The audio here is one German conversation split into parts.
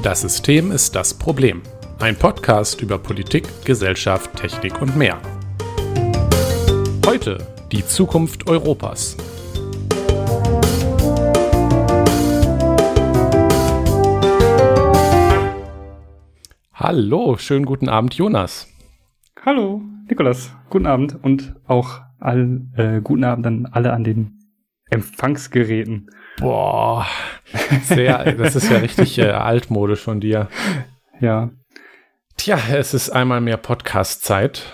Das System ist das Problem. Ein Podcast über Politik, Gesellschaft, Technik und mehr. Heute die Zukunft Europas. Hallo, schönen guten Abend, Jonas. Hallo, Nikolas. Guten Abend und auch guten Abend an alle an den Empfangsgeräten. Boah, das ist ja richtig altmodisch von dir. Ja. Tja, es ist einmal mehr Podcast-Zeit.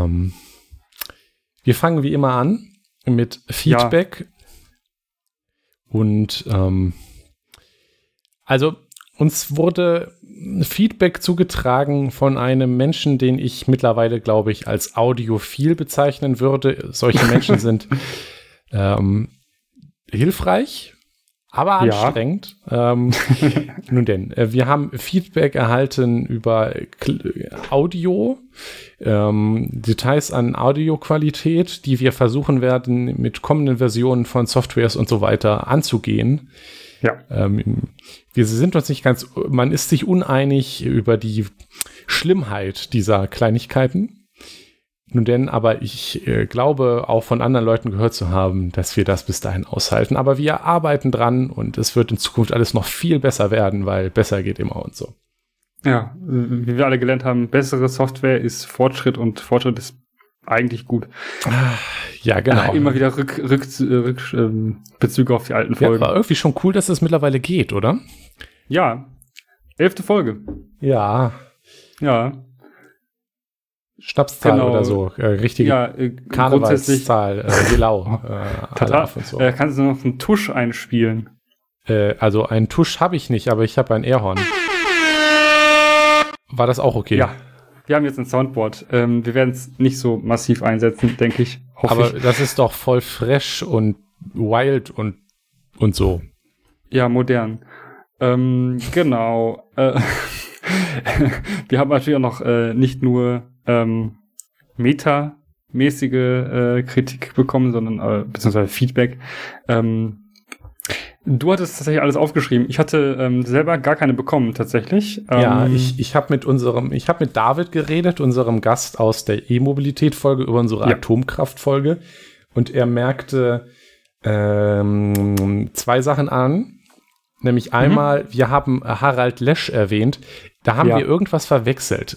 Wir fangen wie immer an mit Feedback. Ja. Und also uns wurde Feedback zugetragen von einem Menschen, den ich mittlerweile, glaube ich, als audiophil bezeichnen würde. Solche Menschen sind hilfreich, aber anstrengend. Ja. Nun denn, wir haben Feedback erhalten über Audio, Details an Audioqualität, die wir versuchen werden, mit kommenden Versionen von Softwares und so weiter anzugehen. Ja. Wir sind uns nicht ganz, man ist sich uneinig über die Schlimmheit dieser Kleinigkeiten. Nun denn, aber ich glaube, auch von anderen Leuten gehört zu haben, dass wir das bis dahin aushalten. Aber wir arbeiten dran und es wird in Zukunft alles noch viel besser werden, weil besser geht immer und so. Ja, wie wir alle gelernt haben, bessere Software ist Fortschritt und Fortschritt ist eigentlich gut. Ja, genau. Immer wieder Bezüge auf die alten Folgen. Ja, aber irgendwie schon cool, dass es mittlerweile geht, oder? Ja, 11. Folge. Ja. Ja. Schnapszahl oder so, richtige Karnevalszahl, Gelau. So. Kannst du noch einen Tusch einspielen? Also einen Tusch habe ich nicht, aber ich habe ein Airhorn. War das auch okay? Ja, wir haben jetzt ein Soundboard. Wir werden es nicht so massiv einsetzen, denke ich. Aber das ist doch voll fresh und wild und so. Ja, modern. Genau. Wir haben natürlich auch noch nicht nur metamäßige Kritik bekommen, sondern beziehungsweise Feedback. Du hattest tatsächlich alles aufgeschrieben. Ich hatte selber gar keine bekommen, tatsächlich. Ja, ich habe mit David geredet, unserem Gast aus der E-Mobilität-Folge, über unsere Atomkraft-Folge. Und er merkte 2 Sachen an. Nämlich einmal, wir haben Harald Lesch erwähnt. Da haben wir irgendwas verwechselt.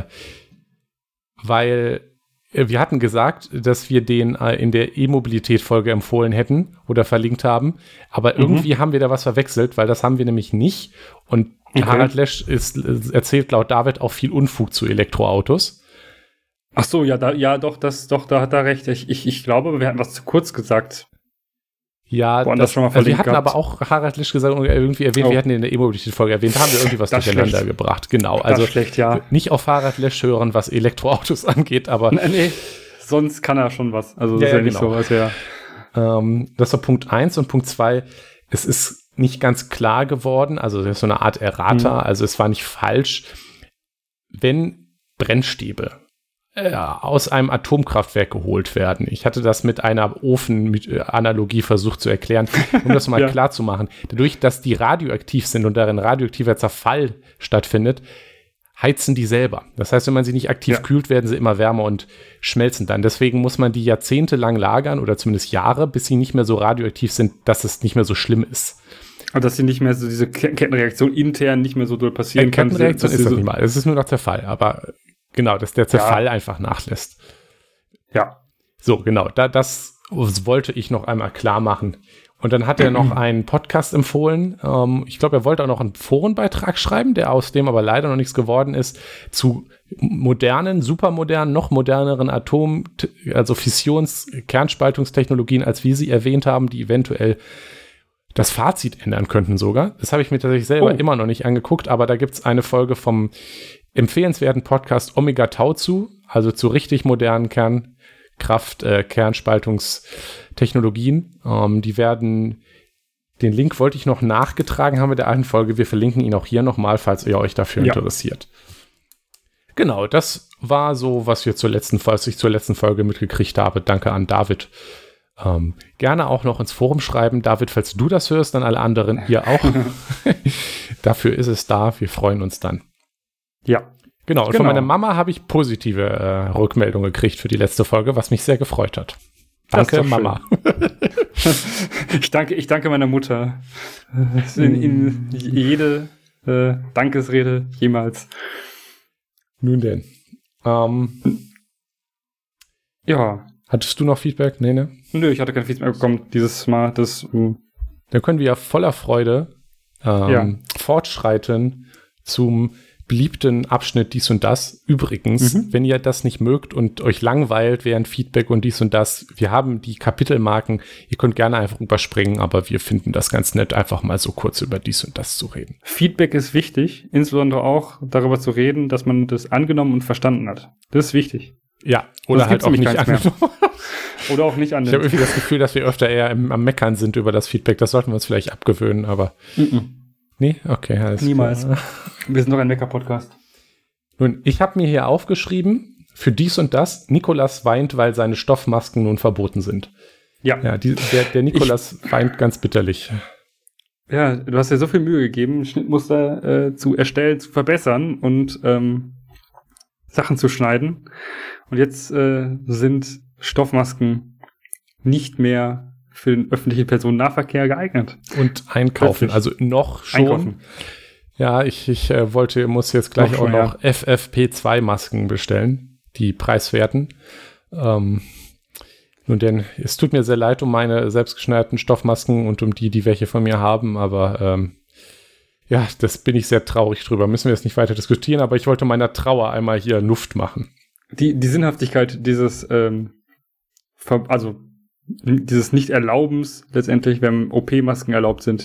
Weil wir hatten gesagt, dass wir den in der E-Mobilität-Folge empfohlen hätten oder verlinkt haben. Aber irgendwie haben wir da was verwechselt, weil das haben wir nämlich nicht. Und Harald Lesch erzählt laut David auch viel Unfug zu Elektroautos. Ach so, ja, da hat er recht. Ich glaube, wir hatten was zu kurz gesagt. Ja, wir hatten aber auch Harald Lesch gesagt und irgendwie erwähnt, wir hatten in der E-Mobilität-Folge erwähnt, da haben wir irgendwie was durcheinander gebracht. Genau, also schlecht, ja. Nicht auf Harald Lesch hören, was Elektroautos angeht, aber... Nee, sonst kann er schon was. Also das ist ja nicht sowas, ja. Das war Punkt 1 und Punkt 2, es ist nicht ganz klar geworden, also das ist so eine Art Errata, also es war nicht falsch, wenn Brennstäbe aus einem Atomkraftwerk geholt werden. Ich hatte das mit einer Ofenanalogie versucht zu erklären, um das mal klar zu machen. Dadurch, dass die radioaktiv sind und darin radioaktiver Zerfall stattfindet, heizen die selber. Das heißt, wenn man sie nicht aktiv kühlt, werden sie immer wärmer und schmelzen dann. Deswegen muss man die jahrzehntelang lagern oder zumindest Jahre, bis sie nicht mehr so radioaktiv sind, dass es nicht mehr so schlimm ist. Und dass sie nicht mehr so diese Kettenreaktion intern nicht mehr so doll passieren kann. Kettenreaktion ist das nicht mal. Es ist nur noch Zerfall, aber genau, dass der Zerfall einfach nachlässt. Ja. So, genau. Das wollte ich noch einmal klar machen. Und dann hat er noch einen Podcast empfohlen. Ich glaube, er wollte auch noch einen Forenbeitrag schreiben, der aus dem aber leider noch nichts geworden ist, zu modernen, supermodernen, noch moderneren also Fusions-Kernspaltungstechnologien, als wir sie erwähnt haben, die eventuell das Fazit ändern könnten sogar. Das habe ich mir tatsächlich selber immer noch nicht angeguckt, aber da gibt es eine Folge vom empfehlenswerten Podcast Omega Tau also zu richtig modernen Kernspaltungstechnologien. Die werden, den Link wollte ich noch nachgetragen haben mit der alten Folge. Wir verlinken ihn auch hier nochmal, falls ihr euch dafür interessiert. Genau, das war so, was ich zur letzten Folge mitgekriegt habe. Danke an David. Gerne auch noch ins Forum schreiben. David, falls du das hörst, dann alle anderen, ihr auch. Dafür ist es da. Wir freuen uns dann. Ja. Genau. Und von meiner Mama habe ich positive Rückmeldungen gekriegt für die letzte Folge, was mich sehr gefreut hat. Danke, Mama. Ich danke meiner Mutter. In jede Dankesrede jemals. Nun denn. Ja. Hattest du noch Feedback? Nee, ne? Nö, ich hatte kein Feedback bekommen dieses Mal. Dann können wir ja voller Freude fortschreiten zum beliebten Abschnitt dies und das. Übrigens, wenn ihr das nicht mögt und euch langweilt während Feedback und dies und das, wir haben die Kapitelmarken. Ihr könnt gerne einfach überspringen, aber wir finden das ganz nett, einfach mal so kurz über dies und das zu reden. Feedback ist wichtig, insbesondere auch darüber zu reden, dass man das angenommen und verstanden hat. Das ist wichtig. Ja, oder halt auch nicht angenommen. Oder auch nicht annimmt. Ich habe irgendwie das Gefühl, dass wir öfter eher am Meckern sind über das Feedback. Das sollten wir uns vielleicht abgewöhnen, aber Nee? Okay, alles Niemals. klar. Wir sind doch ein Mecker-Podcast. Nun, ich habe mir hier aufgeschrieben, für dies und das, Nikolas weint, weil seine Stoffmasken nun verboten sind. Ja, der Nikolas weint ganz bitterlich. Ja, du hast dir so viel Mühe gegeben, Schnittmuster zu erstellen, zu verbessern und Sachen zu schneiden. Und jetzt sind Stoffmasken nicht mehr für den öffentlichen Personennahverkehr geeignet. Und einkaufen, Plötzlich. Also noch schon. Einkaufen. Ja, ich muss jetzt gleich auch noch FFP2-Masken bestellen, die preiswerten. Nun denn, es tut mir sehr leid um meine selbstgeschneiderten Stoffmasken und um die welche von mir haben, aber ja, das bin ich sehr traurig drüber. Müssen wir jetzt nicht weiter diskutieren, aber ich wollte meiner Trauer einmal hier Luft machen. Die Sinnhaftigkeit dieses dieses Nicht-Erlaubens letztendlich, wenn OP-Masken erlaubt sind,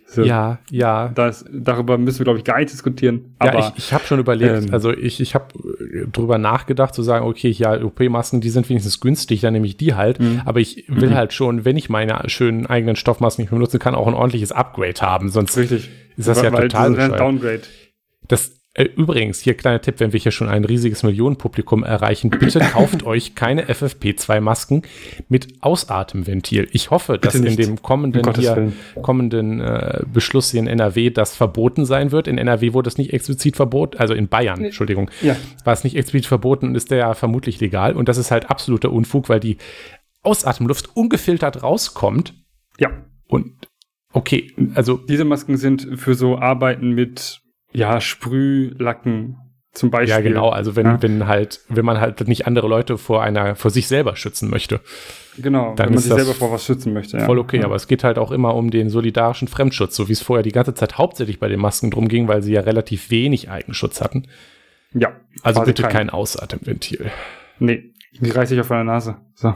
darüber müssen wir, glaube ich, gar nicht diskutieren. Aber, ja, ich habe schon überlegt, also ich habe drüber nachgedacht, zu sagen, okay, ja, OP-Masken, die sind wenigstens günstig, dann nehme ich die halt, aber ich will halt schon, wenn ich meine schönen eigenen Stoffmasken nicht mehr benutzen kann, auch ein ordentliches Upgrade haben, sonst ist das ja total bescheuert. Downgrade. Übrigens, hier kleiner Tipp, wenn wir hier schon ein riesiges Millionenpublikum erreichen, bitte kauft euch keine FFP2-Masken mit Ausatemventil. Ich hoffe, dass in dem kommenden Beschluss hier in NRW das verboten sein wird. In NRW wurde es nicht explizit verboten, also in Bayern, Entschuldigung, war es nicht explizit verboten und ist ja vermutlich legal. Und das ist halt absoluter Unfug, weil die Ausatemluft ungefiltert rauskommt. Ja. Und okay, also diese Masken sind für so Arbeiten mit Sprühlacken zum Beispiel. Ja, genau. Also wenn man halt nicht andere Leute vor sich selber schützen möchte. Genau, dann wenn man sich selber vor was schützen möchte. Voll okay, aber es geht halt auch immer um den solidarischen Fremdschutz, so wie es vorher die ganze Zeit hauptsächlich bei den Masken drum ging, weil sie ja relativ wenig Eigenschutz hatten. Ja. Also bitte kein Ausatemventil. Nee, die reiße ich auf meiner Nase. So.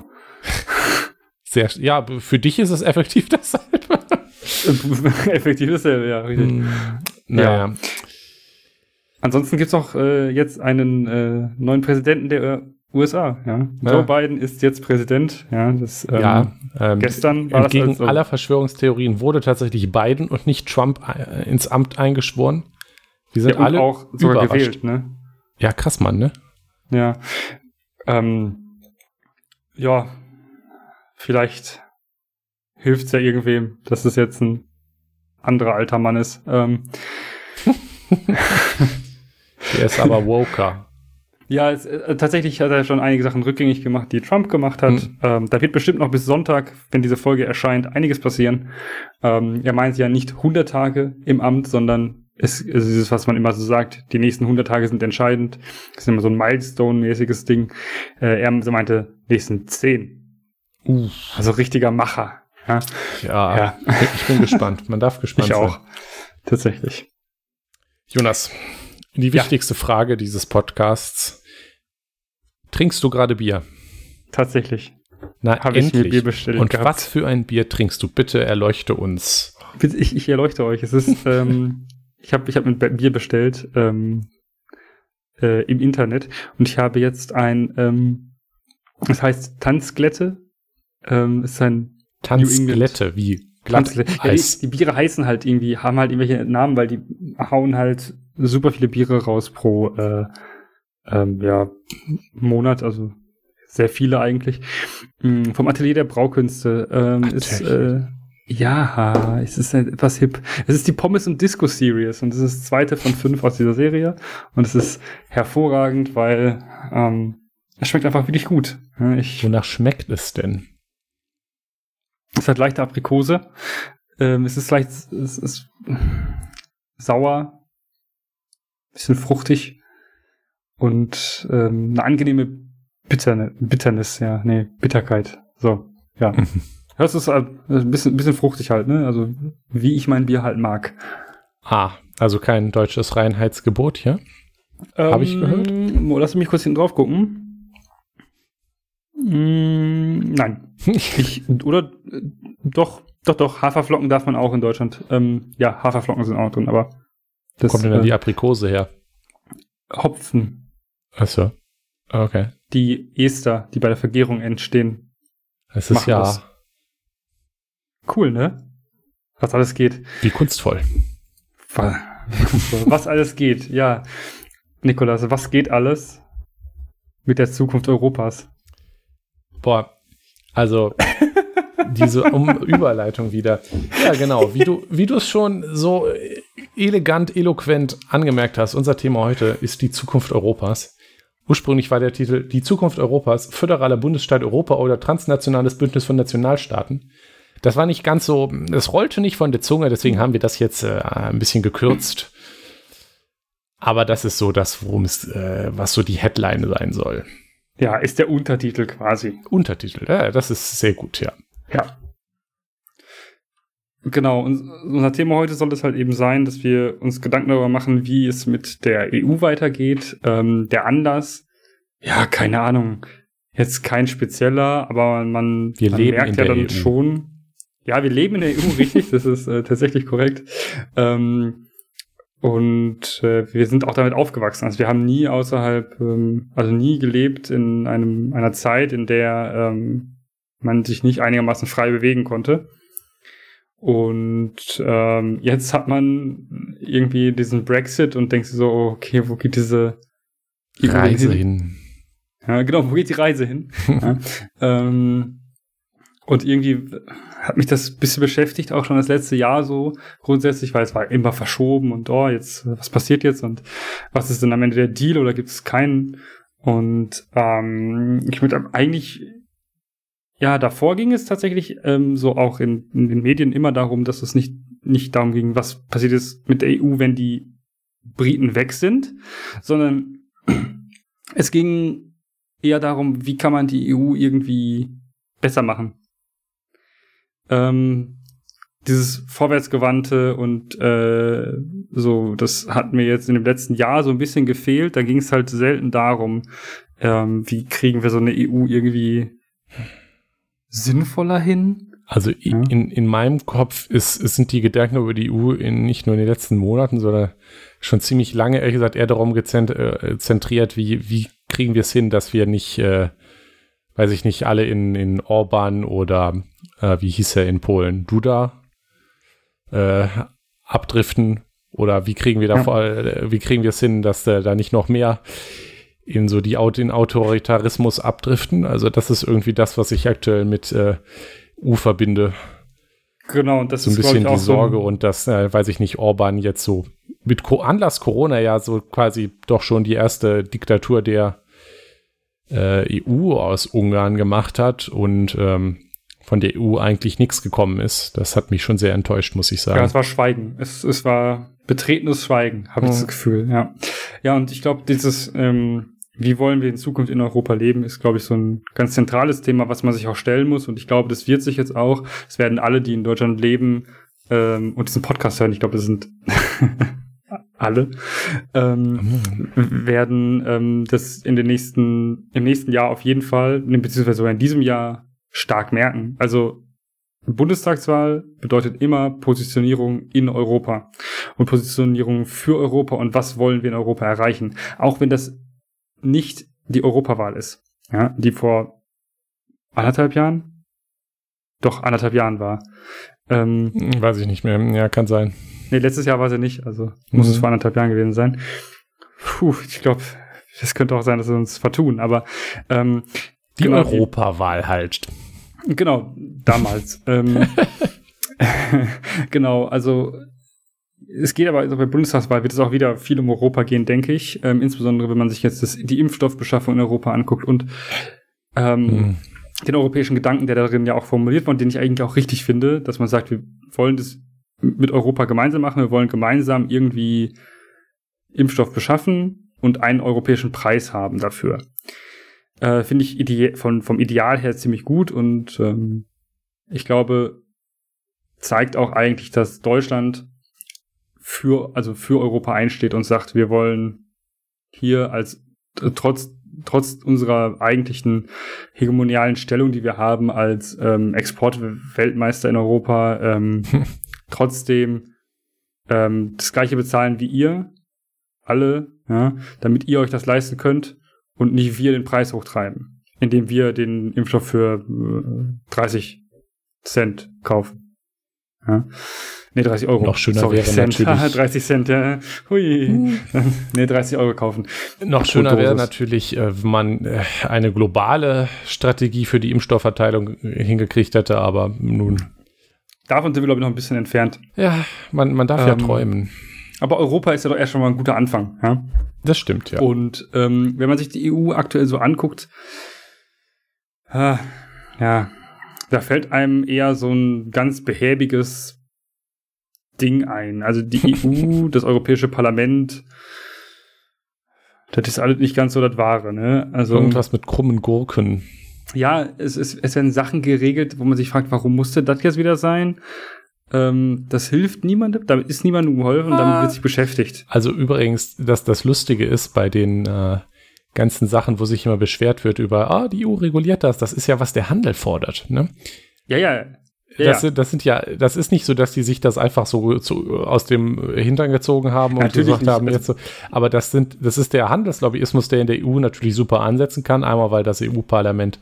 Für dich ist es effektiv dasselbe. Effektiv dasselbe, ja, richtig. Naja. Ansonsten gibt es auch jetzt einen neuen Präsidenten der USA. Ja? Joe Biden ist jetzt Präsident. Ja, gestern war entgegen aller Verschwörungstheorien wurde tatsächlich Biden und nicht Trump ins Amt eingeschworen. Wir sind alle auch sogar gewählt, ne? Ja, krass, Mann, ne? Ja. Vielleicht hilft es ja irgendwem, dass es jetzt ein anderer alter Mann ist. Der ist aber woker. Ja, tatsächlich hat er schon einige Sachen rückgängig gemacht, die Trump gemacht hat. Da wird bestimmt noch bis Sonntag, wenn diese Folge erscheint, einiges passieren. Er meint ja nicht 100 Tage im Amt, sondern es ist, was man immer so sagt, die nächsten 100 Tage sind entscheidend. Das ist immer so ein Milestone-mäßiges Ding. Er meinte, nächsten 10. Also richtiger Macher. Ja. Ich bin gespannt. Man darf gespannt sein. Ich auch. Tatsächlich. Jonas, die wichtigste Frage dieses Podcasts. Trinkst du gerade Bier? Tatsächlich. Na, habe ich mir Bier bestellt. Und was für ein Bier trinkst du? Bitte erleuchte uns. Ich erleuchte euch. Es ist, ich hab ein Bier bestellt im Internet und ich habe jetzt das heißt Tanzglätte. Es ist ein Tanzglätte, wie Glatteis. Die Biere heißen halt irgendwie, haben halt irgendwelche Namen, weil die hauen halt super viele Biere raus pro Monat, also sehr viele eigentlich. Vom Atelier der Braukünste ist es ist etwas hip. Es ist die Pommes und Disco Series und es ist das zweite von 5 aus dieser Serie und es ist hervorragend, weil es schmeckt einfach wirklich gut. Wonach schmeckt es denn? Es hat leichte Aprikose. Es ist sauer, bisschen fruchtig und eine angenehme Bitterkeit. So, ja. Das ist ein bisschen fruchtig halt, ne? Also, wie ich mein Bier halt mag. Also kein deutsches Reinheitsgebot hier? Habe ich gehört? Lass mich kurz hinten drauf gucken. Nein. Doch, Haferflocken darf man auch in Deutschland. Ja, Haferflocken sind auch drin, aber das kommt denn dann die Aprikose her? Hopfen. Achso, okay. Die Ester, die bei der Vergärung entstehen. Es ist ja das. Cool, ne? Was alles geht. Wie kunstvoll. Was alles geht, ja. Nikolas, was geht alles mit der Zukunft Europas? Boah, also diese Überleitung wieder. Ja, genau, wie du es schon so elegant, eloquent angemerkt hast, unser Thema heute ist die Zukunft Europas. Ursprünglich war der Titel Die Zukunft Europas, föderaler Bundesstaat Europa oder transnationales Bündnis von Nationalstaaten. Das war nicht ganz so, es rollte nicht von der Zunge, deswegen haben wir das jetzt ein bisschen gekürzt. Aber das ist so das, worum es, was so die Headline sein soll. Ja, ist der Untertitel quasi. Untertitel, ja, das ist sehr gut, ja. Ja. Genau, und unser Thema heute soll es halt eben sein, dass wir uns Gedanken darüber machen, wie es mit der EU weitergeht. Der Anlass, ja, keine Ahnung, jetzt kein spezieller, aber man merkt ja dann schon, ja, wir leben in der EU, richtig, das ist tatsächlich korrekt. Und wir sind auch damit aufgewachsen. Also wir haben nie nie gelebt in einer Zeit, in der man sich nicht einigermaßen frei bewegen konnte. Und jetzt hat man irgendwie diesen Brexit und denkt sich so, okay, wo geht diese Reise hin? Ja, genau, wo geht die Reise hin? Ja, und irgendwie hat mich das ein bisschen beschäftigt, auch schon das letzte Jahr so grundsätzlich, weil es war immer verschoben und jetzt, was passiert jetzt und was ist denn am Ende der Deal oder gibt es keinen? Und ich würde eigentlich, ja, davor ging es tatsächlich so auch in den Medien immer darum, dass es nicht darum ging, was passiert ist mit der EU, wenn die Briten weg sind, sondern es ging eher darum, wie kann man die EU irgendwie besser machen. Dieses Vorwärtsgewandte und so, das hat mir jetzt in dem letzten Jahr so ein bisschen gefehlt. Da ging es halt selten darum, wie kriegen wir so eine EU irgendwie sinnvoller hin. Also in meinem Kopf sind die Gedanken über die EU nicht nur in den letzten Monaten, sondern schon ziemlich lange, ehrlich gesagt, eher darum zentriert, wie kriegen wir es hin, dass wir nicht, weiß ich nicht, alle in Orban oder wie hieß er in Polen, Duda abdriften oder wie kriegen wir wie kriegen wir es hin, dass da nicht noch mehr in so den Autoritarismus abdriften. Also das ist irgendwie das, was ich aktuell mit EU verbinde. Genau, und das so ein ist bisschen auch die Sorge und das, weiß ich nicht, Orban jetzt so mit Anlass Corona ja so quasi doch schon die erste Diktatur der EU aus Ungarn gemacht hat und von der EU eigentlich nichts gekommen ist. Das hat mich schon sehr enttäuscht, muss ich sagen. Ja, es war Schweigen. Es war betretenes Schweigen, habe ich das Gefühl, ja. Ja, und ich glaube, dieses wie wollen wir in Zukunft in Europa leben, ist, glaube ich, so ein ganz zentrales Thema, was man sich auch stellen muss. Und ich glaube, das wird sich jetzt auch. Es werden alle, die in Deutschland leben und diesen Podcast hören, ich glaube, das sind alle, werden das im nächsten Jahr auf jeden Fall, beziehungsweise sogar in diesem Jahr stark merken. Also Bundestagswahl bedeutet immer Positionierung in Europa und Positionierung für Europa und was wollen wir in Europa erreichen. Auch wenn das nicht die Europawahl ist, ja, die vor 1,5 Jahren? Doch, 1,5 Jahren war. Weiß ich nicht mehr. Ja, kann sein. Nee, letztes Jahr war sie nicht, also muss es vor 1,5 Jahren gewesen sein. Ich glaube, das könnte auch sein, dass wir uns vertun, aber Die Europawahl halt. Genau, damals. Genau, also es geht aber also bei Bundestagswahl wird es auch wieder viel um Europa gehen, denke ich. Insbesondere, wenn man sich jetzt die Impfstoffbeschaffung in Europa anguckt und den europäischen Gedanken, der darin ja auch formuliert wird und den ich eigentlich auch richtig finde, dass man sagt, wir wollen das mit Europa gemeinsam machen, wir wollen gemeinsam irgendwie Impfstoff beschaffen und einen europäischen Preis haben dafür. Finde ich vom Ideal her ziemlich gut und ich glaube, zeigt auch eigentlich, dass Deutschland für Europa einsteht und sagt, wir wollen hier als trotz unserer eigentlichen hegemonialen Stellung, die wir haben als Exportweltmeister in Europa, trotzdem das Gleiche bezahlen wie ihr alle, ja, damit ihr euch das leisten könnt und nicht wir den Preis hochtreiben, indem wir den Impfstoff für 30 Cent kaufen. Ja. Nee, 30 Euro. Noch schöner wäre Cent. natürlich 30 Cent, ja. Hui. Nee, 30 Euro kaufen. Noch schöner wäre natürlich, wenn man eine globale Strategie für die Impfstoffverteilung hingekriegt hätte, aber nun. Davon sind wir, glaube ich, noch ein bisschen entfernt. Ja, man darf ja träumen. Aber Europa ist ja doch erst schon mal ein guter Anfang. Ja? Das stimmt, ja. Und wenn man sich die EU aktuell so anguckt, ja, da fällt einem eher so ein ganz behäbiges Ding ein. Also die EU, das Europäische Parlament, das ist alles nicht ganz so das Wahre, ne? Also irgendwas mit krummen Gurken. Ja, es werden Sachen geregelt, wo man sich fragt, warum musste das jetzt wieder sein? Das hilft niemandem, damit ist niemandem geholfen, damit wird sich beschäftigt. Also übrigens, dass das Lustige ist bei den ganzen Sachen, wo sich immer beschwert wird über, die EU reguliert das ist ja, was der Handel fordert, ne? Ja. Das ist nicht so, dass die sich das einfach so aus dem Hintern gezogen haben und gesagt haben, jetzt so, aber das ist der Handelslobbyismus, der in der EU natürlich super ansetzen kann, einmal weil das EU-Parlament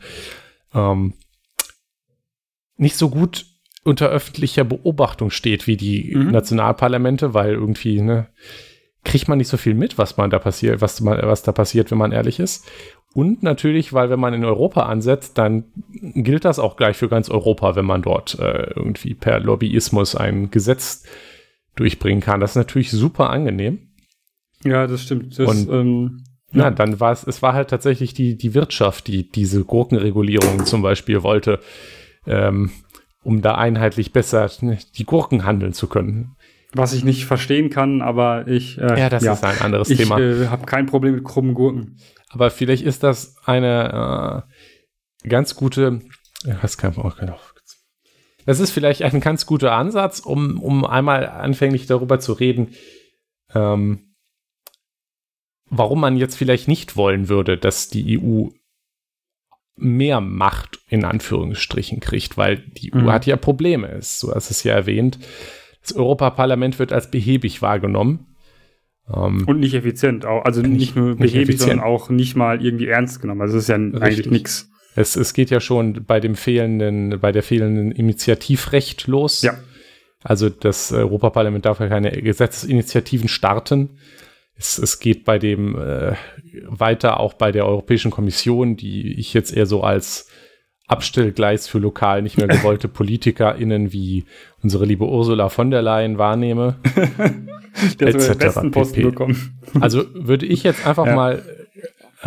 nicht so gut unter öffentlicher Beobachtung steht wie die Nationalparlamente, weil irgendwie, ne, kriegt man nicht so viel mit, was da passiert, wenn man ehrlich ist. Und natürlich, weil wenn man in Europa ansetzt, dann gilt das auch gleich für ganz Europa, wenn man dort irgendwie per Lobbyismus ein Gesetz durchbringen kann. Das ist natürlich super angenehm. Ja, das stimmt. Dann war es war halt tatsächlich die Wirtschaft, die diese Gurkenregulierung zum Beispiel wollte, um da einheitlich besser die Gurken handeln zu können. Was ich nicht verstehen kann, aber ist ein anderes Thema. Ich habe kein Problem mit krummen Gurken. Aber vielleicht ist das eine ganz gute, das ist vielleicht ein ganz guter Ansatz, um einmal anfänglich darüber zu reden, warum man jetzt vielleicht nicht wollen würde, dass die EU mehr Macht in Anführungsstrichen kriegt, weil die EU hat ja Probleme. Du hast es ja erwähnt, das Europaparlament wird als behäbig wahrgenommen. Und nicht effizient, auch. Also nicht nur behäbig, sondern auch nicht mal irgendwie ernst genommen. Also es ist ja eigentlich nichts. Es geht ja schon bei der fehlenden Initiativrecht los. Ja. Also das Europaparlament darf ja keine Gesetzesinitiativen starten. Es geht bei dem weiter auch bei der Europäischen Kommission, die ich jetzt eher so als Abstellgleis für lokal nicht mehr gewollte PolitikerInnen wie unsere liebe Ursula von der Leyen wahrnehme. Der hat den besten Posten bekommen. Also würde ich jetzt einfach mal ich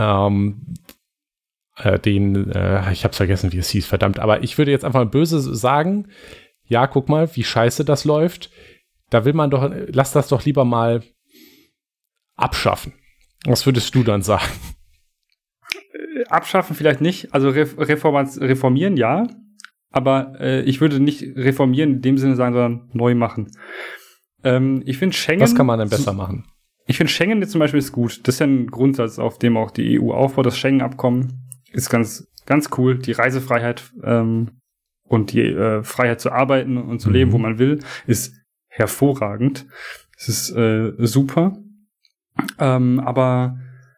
habe vergessen, wie es hieß, verdammt, aber ich würde jetzt einfach mal böse sagen, ja, guck mal, wie scheiße das läuft. Da will man doch, lass das doch lieber mal abschaffen. Was würdest du dann sagen? Abschaffen vielleicht nicht, also reformieren ja, aber ich würde nicht reformieren in dem Sinne sagen, sondern neu machen. Ich finde Schengen... Was kann man denn besser machen? Ich finde Schengen jetzt zum Beispiel ist gut. Das ist ja ein Grundsatz, auf dem auch die EU aufbaut. Das Schengen-Abkommen ist ganz, ganz cool. Die Reisefreiheit und die Freiheit zu arbeiten und zu leben, wo man will, ist hervorragend. Es ist super. Aber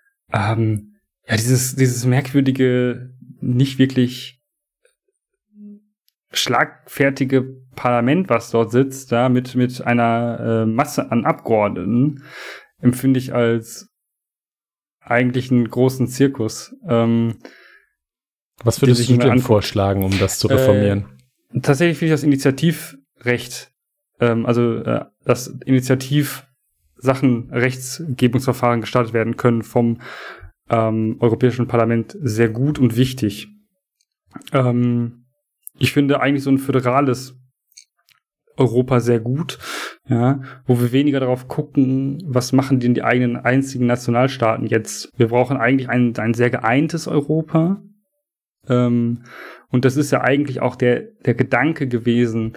dieses merkwürdige, nicht wirklich schlagfertige Parlament, was dort sitzt, da mit einer Masse an Abgeordneten, empfinde ich als eigentlich einen großen Zirkus. Was würdest du denn vorschlagen, um das zu reformieren? Tatsächlich finde ich das Initiativrecht, dass Initiativsachen, Rechtsgebungsverfahren gestartet werden können vom Europäischen Parlament sehr gut und wichtig. Ich finde eigentlich so ein föderales Europa sehr gut, ja, wo wir weniger darauf gucken, was machen denn die eigenen einzigen Nationalstaaten jetzt. Wir brauchen eigentlich ein sehr geeintes Europa. Und das ist ja eigentlich auch der Gedanke gewesen,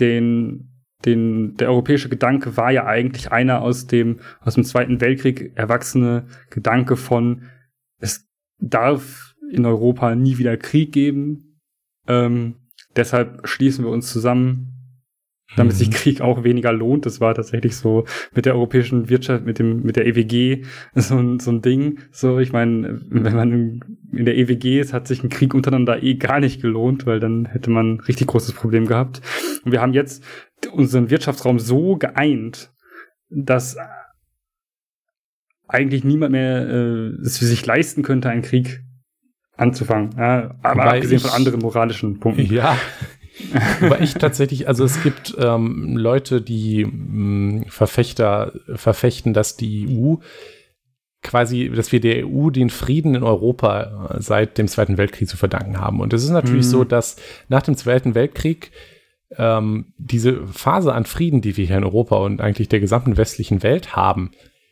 der europäische Gedanke war ja eigentlich einer aus dem Zweiten Weltkrieg erwachsene Gedanke von, es darf in Europa nie wieder Krieg geben. Deshalb schließen wir uns zusammen, damit sich Krieg auch weniger lohnt. Das war tatsächlich so mit der europäischen Wirtschaft, mit der EWG so ein Ding. So, ich meine, wenn man in der EWG ist, hat sich ein Krieg untereinander gar nicht gelohnt, weil dann hätte man ein richtig großes Problem gehabt. Und wir haben jetzt unseren Wirtschaftsraum so geeint, dass eigentlich niemand mehr es sich leisten könnte, einen Krieg anzufangen. Ja, aber abgesehen von anderen moralischen Punkten. Ja. Wobei ich tatsächlich, also es gibt Leute, die verfechten, dass die EU dass wir der EU den Frieden in Europa seit dem Zweiten Weltkrieg zu verdanken haben. Und es ist natürlich so, dass nach dem Zweiten Weltkrieg diese Phase an Frieden, die wir hier in Europa und eigentlich der gesamten westlichen Welt haben,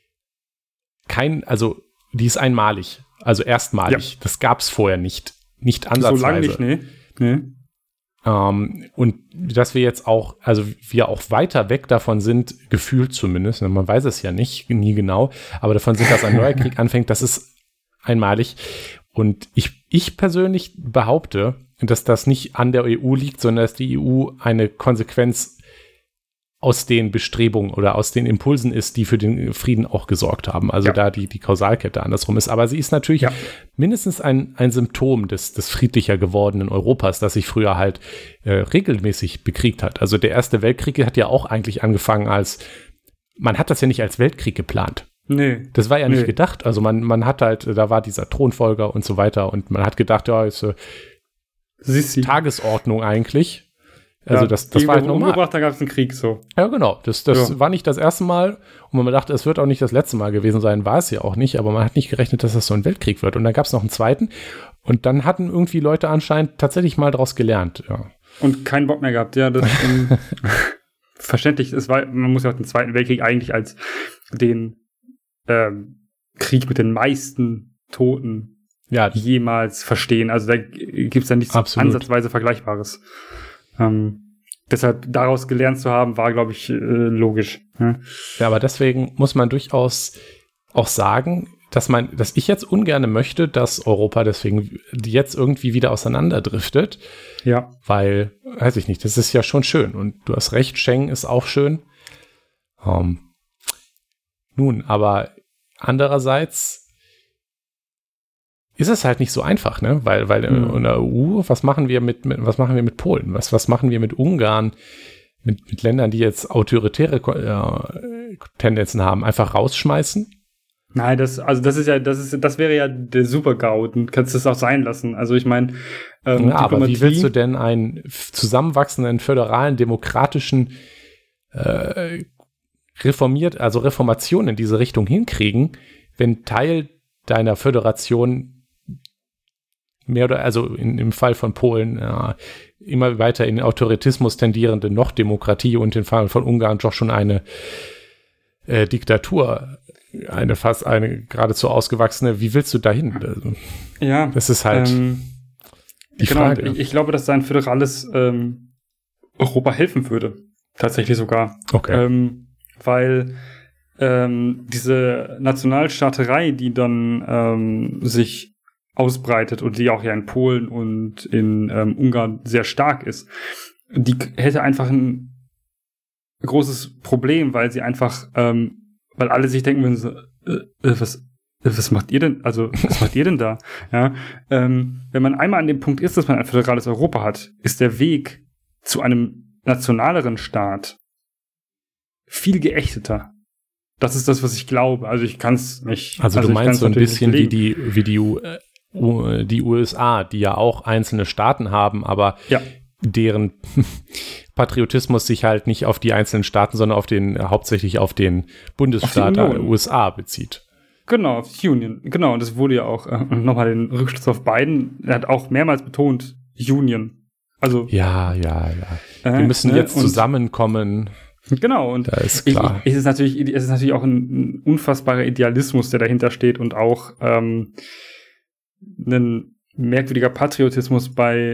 die ist einmalig, also erstmalig. Ja. Das gab es vorher nicht ansatzweise. So lange nicht, nee. Und dass wir jetzt auch, also wir auch weiter weg davon sind, gefühlt zumindest, man weiß es ja nie genau, aber davon sind, dass ein neuer Krieg anfängt, das ist einmalig. Und ich persönlich behaupte, dass das nicht an der EU liegt, sondern dass die EU eine Konsequenz aus den Bestrebungen oder aus den Impulsen ist, die für den Frieden auch gesorgt haben. Also da die Kausalkette andersrum ist. Aber sie ist natürlich mindestens ein Symptom des friedlicher gewordenen Europas, das sich früher halt regelmäßig bekriegt hat. Also der Erste Weltkrieg hat ja auch eigentlich angefangen man hat das ja nicht als Weltkrieg geplant. Nee. Das war ja nicht gedacht. Also man hat halt, da war dieser Thronfolger und so weiter und man hat gedacht, ja, ist Tagesordnung eigentlich. Also das war halt normal. Da gab es einen Krieg so. Ja, genau. Das war nicht das erste Mal. Und man dachte, es wird auch nicht das letzte Mal gewesen sein. War es ja auch nicht. Aber man hat nicht gerechnet, dass das so ein Weltkrieg wird. Und dann gab es noch einen zweiten. Und dann hatten irgendwie Leute anscheinend tatsächlich mal daraus gelernt. Ja. Und keinen Bock mehr gehabt. Ja, das verständlich. Man muss ja auch den Zweiten Weltkrieg eigentlich als den Krieg mit den meisten Toten jemals verstehen. Also da gibt es ja nichts ansatzweise Vergleichbares. Deshalb daraus gelernt zu haben, war, glaube ich, logisch. Ja, aber deswegen muss man durchaus auch sagen, dass ich jetzt ungern möchte, dass Europa deswegen jetzt irgendwie wieder auseinanderdriftet. Ja. Weil, weiß ich nicht, das ist ja schon schön. Und du hast recht, Schengen ist auch schön. Nun, aber andererseits ist es halt nicht so einfach, ne? Weil in der EU, was machen wir mit Polen? Was machen wir mit Ungarn? Mit Ländern, die jetzt autoritäre Tendenzen haben, einfach rausschmeißen? Nein, das wäre ja der Super-GAU, dann kannst du es auch sein lassen. Also ich meine, aber wie willst du denn einen zusammenwachsenden, föderalen, demokratischen Reformation in diese Richtung hinkriegen, wenn Teil deiner Föderation im Fall von Polen immer weiter in Autoritismus tendierende noch Demokratie und im Fall von Ungarn doch schon eine Diktatur, eine geradezu ausgewachsene. Wie willst du dahin? Also, ja, das ist halt die Frage. Ich glaube, dass ein föderales Europa helfen würde. Tatsächlich sogar. Okay. Weil diese Nationalstaaterei, die dann sich ausbreitet und die auch ja in Polen und in Ungarn sehr stark ist, die hätte einfach ein großes Problem, weil sie einfach, weil alle sich denken würden, so, was macht ihr denn? Also, was macht ihr denn da? Ja, wenn man einmal an dem Punkt ist, dass man ein föderales Europa hat, ist der Weg zu einem nationaleren Staat viel geächteter. Das ist das, was ich glaube. Also ich kann es nicht. Also du meinst so ein bisschen wie die die USA, die ja auch einzelne Staaten haben, aber deren Patriotismus sich halt nicht auf die einzelnen Staaten, sondern hauptsächlich auf den Bundesstaat der USA bezieht. Genau, auf die Union. Genau, und das wurde ja auch nochmal den Rückschluss auf Biden. Er hat auch mehrmals betont, Union. Also ja. Wir müssen jetzt zusammenkommen. Genau, und ist klar. Es ist natürlich auch ein unfassbarer Idealismus, der dahinter steht und auch ein merkwürdiger Patriotismus bei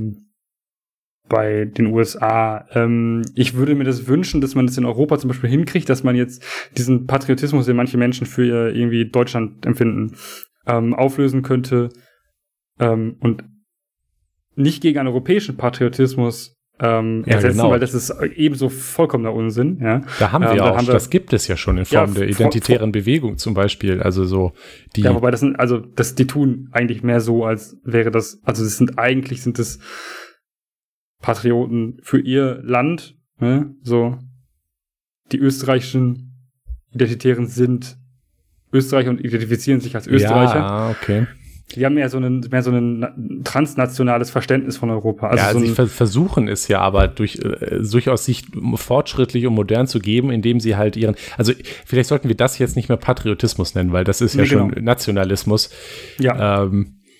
den USA. Ich würde mir das wünschen, dass man das in Europa zum Beispiel hinkriegt, dass man jetzt diesen Patriotismus, den manche Menschen für irgendwie Deutschland empfinden, auflösen könnte und nicht gegen einen europäischen Patriotismus ersetzen, weil das ist ebenso vollkommener Unsinn. Ja. Da haben wir auch, das gibt es ja schon in Form der identitären Bewegung zum Beispiel, also so die... Ja, wobei die tun eigentlich mehr so, als wäre das, also eigentlich sind es Patrioten für ihr Land, ne? So, die österreichischen Identitären sind Österreicher und identifizieren sich als Österreicher. Ja, okay. Die haben mehr so ein transnationales Verständnis von Europa. Also sie versuchen es ja aber durchaus sich fortschrittlich und modern zu geben, indem sie halt also vielleicht sollten wir das jetzt nicht mehr Patriotismus nennen, weil das ist ja schon Nationalismus. Ja.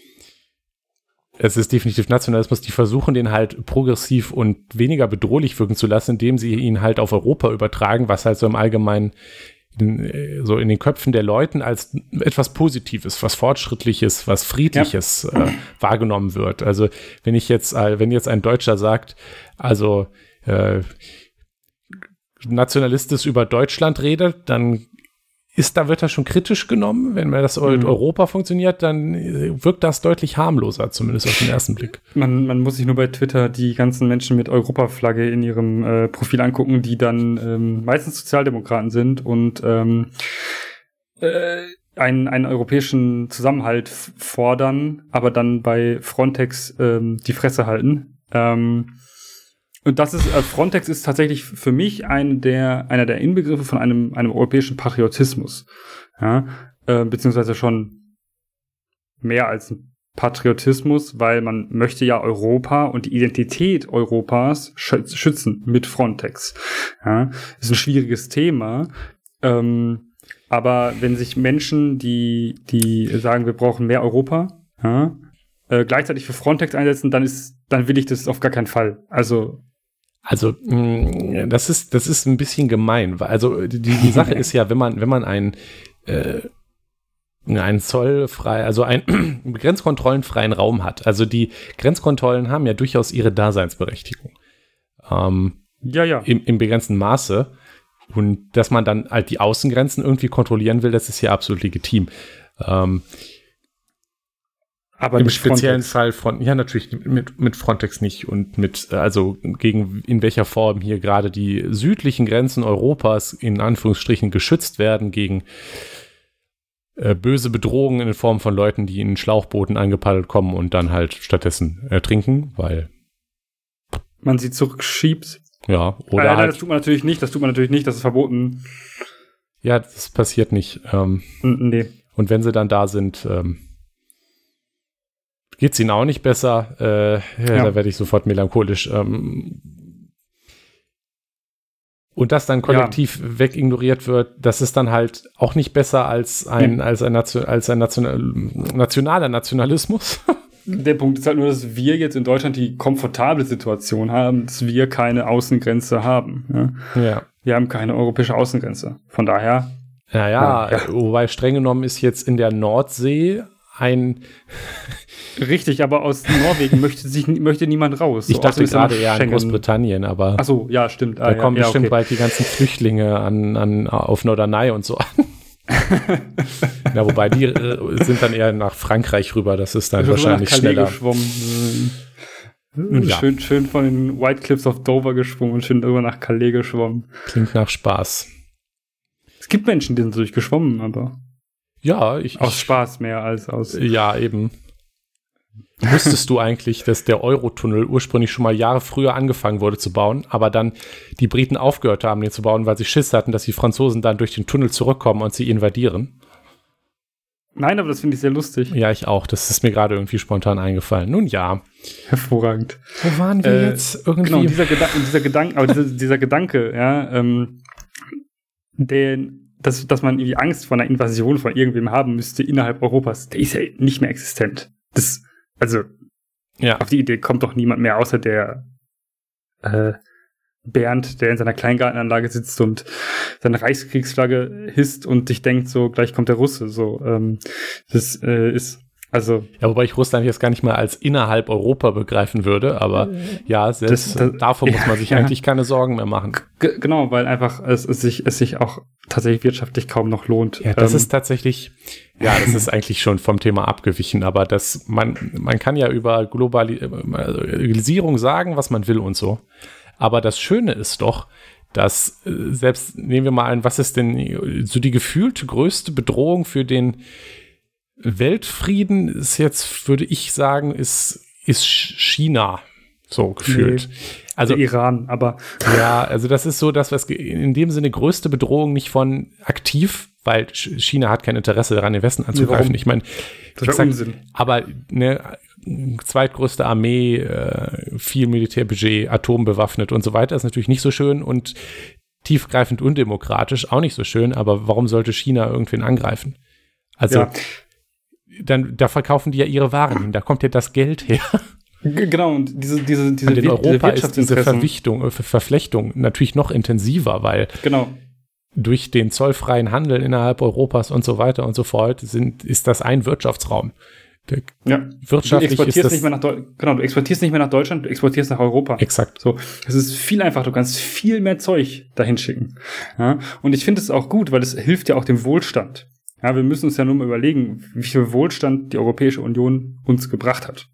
Es ist definitiv Nationalismus, die versuchen den halt progressiv und weniger bedrohlich wirken zu lassen, indem sie ihn halt auf Europa übertragen, was halt so im Allgemeinen so in den Köpfen der Leuten als etwas Positives, was Fortschrittliches, was Friedliches wahrgenommen wird. Also wenn jetzt ein Deutscher sagt, also nationalistisch über Deutschland redet, dann wird das schon kritisch genommen. Wenn mir das mit Europa funktioniert, dann wirkt das deutlich harmloser, zumindest auf den ersten Blick. Man muss sich nur bei Twitter die ganzen Menschen mit Europa-Flagge in ihrem Profil angucken, die dann meistens Sozialdemokraten sind und einen europäischen Zusammenhalt fordern, aber dann bei Frontex die Fresse halten. Und Frontex ist tatsächlich für mich einer der Inbegriffe von einem europäischen Patriotismus. Ja, beziehungsweise schon mehr als ein Patriotismus, weil man möchte ja Europa und die Identität Europas schützen mit Frontex. Ja, ist ein schwieriges Thema. Aber wenn sich Menschen, die sagen, wir brauchen mehr Europa, gleichzeitig für Frontex einsetzen, dann will ich das auf gar keinen Fall. Also das ist ein bisschen gemein. Also die Sache ist ja, wenn man einen zollfrei, also einen grenzkontrollenfreien Raum hat. Also die Grenzkontrollen haben ja durchaus ihre Daseinsberechtigung. Im begrenzten Maße. Und dass man dann halt die Außengrenzen irgendwie kontrollieren will, das ist ja absolut legitim. Aber im speziellen Fall natürlich mit Frontex nicht und in welcher Form hier gerade die südlichen Grenzen Europas in Anführungsstrichen geschützt werden gegen böse Bedrohungen in Form von Leuten, die in Schlauchbooten angepaddelt kommen und dann halt stattdessen ertrinken, weil man sie zurückschiebt. Ja, oder nein, das tut man natürlich nicht, das ist verboten. Ja, das passiert nicht. Nee. Und wenn sie dann da sind, geht es ihnen auch nicht besser. Da werde ich sofort melancholisch. Und das dann kollektiv wegignoriert wird, das ist dann halt auch nicht besser als ein nationaler Nationalismus. Der Punkt ist halt nur, dass wir jetzt in Deutschland die komfortable Situation haben, dass wir keine Außengrenze haben. Ja. Wir haben keine europäische Außengrenze. Von daher. Wobei streng genommen ist jetzt in der Nordsee ein... Richtig, aber aus Norwegen möchte niemand raus. Ich dachte gerade eher an Großbritannien, aber... Ach so, ja, stimmt. Da kommen bestimmt bald die ganzen Flüchtlinge auf Norderney und so an. Ja, wobei die sind dann eher nach Frankreich rüber, das ist dann wahrscheinlich schneller. Geschwommen. Schön von den White Cliffs of Dover geschwommen und schön rüber nach Calais geschwommen. Klingt nach Spaß. Es gibt Menschen, die sind durchgeschwommen, aber aus Spaß mehr als aus... Ja, eben. Wusstest du eigentlich, dass der Eurotunnel ursprünglich schon mal Jahre früher angefangen wurde zu bauen, aber dann die Briten aufgehört haben, den zu bauen, weil sie Schiss hatten, dass die Franzosen dann durch den Tunnel zurückkommen und sie invadieren? Nein, aber das finde ich sehr lustig. Ja, ich auch. Das ist mir gerade irgendwie spontan eingefallen. Nun ja. Hervorragend. Wo waren wir jetzt irgendwie? Genau, dieser Gedanke, ja, dass man irgendwie Angst vor einer Invasion von irgendwem haben müsste innerhalb Europas, der ist ja nicht mehr existent. Auf die Idee kommt doch niemand mehr, außer der Bernd, der in seiner Kleingartenanlage sitzt und seine Reichskriegsflagge hisst und sich denkt, so, gleich kommt der Russe. So, Ja, wobei ich Russland jetzt gar nicht mal als innerhalb Europa begreifen würde, aber ja, selbst davor muss man sich eigentlich keine Sorgen mehr machen. Genau, weil einfach es sich auch tatsächlich wirtschaftlich kaum noch lohnt. Ja, das ist tatsächlich, das ist eigentlich schon vom Thema abgewichen, aber man kann ja über Globalisierung sagen, was man will und so. Aber das Schöne ist doch, dass selbst, nehmen wir mal an, was ist denn so die gefühlte größte Bedrohung für den Weltfrieden ist jetzt, würde ich sagen, ist China, so gefühlt. Nee, also der Iran, aber ja, also das ist so das, was in dem Sinne größte Bedrohung nicht von aktiv, weil China hat kein Interesse daran, den Westen anzugreifen. Ich meine, das ist Unsinn. Aber eine zweitgrößte Armee, viel Militärbudget, atombewaffnet und so weiter ist natürlich nicht so schön und tiefgreifend undemokratisch, auch nicht so schön, aber warum sollte China irgendwen angreifen? Also da verkaufen die ja ihre Waren hin, da kommt ja das Geld her. Genau, und diese in Europa ist diese Verflechtung natürlich noch intensiver, weil durch den zollfreien Handel innerhalb Europas und so weiter und so fort ist das ein Wirtschaftsraum. Wirtschaftlich du exportierst du exportierst nicht mehr nach Deutschland, du exportierst nach Europa. Exakt. So, es ist viel einfacher, du kannst viel mehr Zeug dahin schicken. Ja? Und ich finde es auch gut, weil es hilft ja auch dem Wohlstand. Ja, wir müssen uns ja nur mal überlegen, wie viel Wohlstand die Europäische Union uns gebracht hat.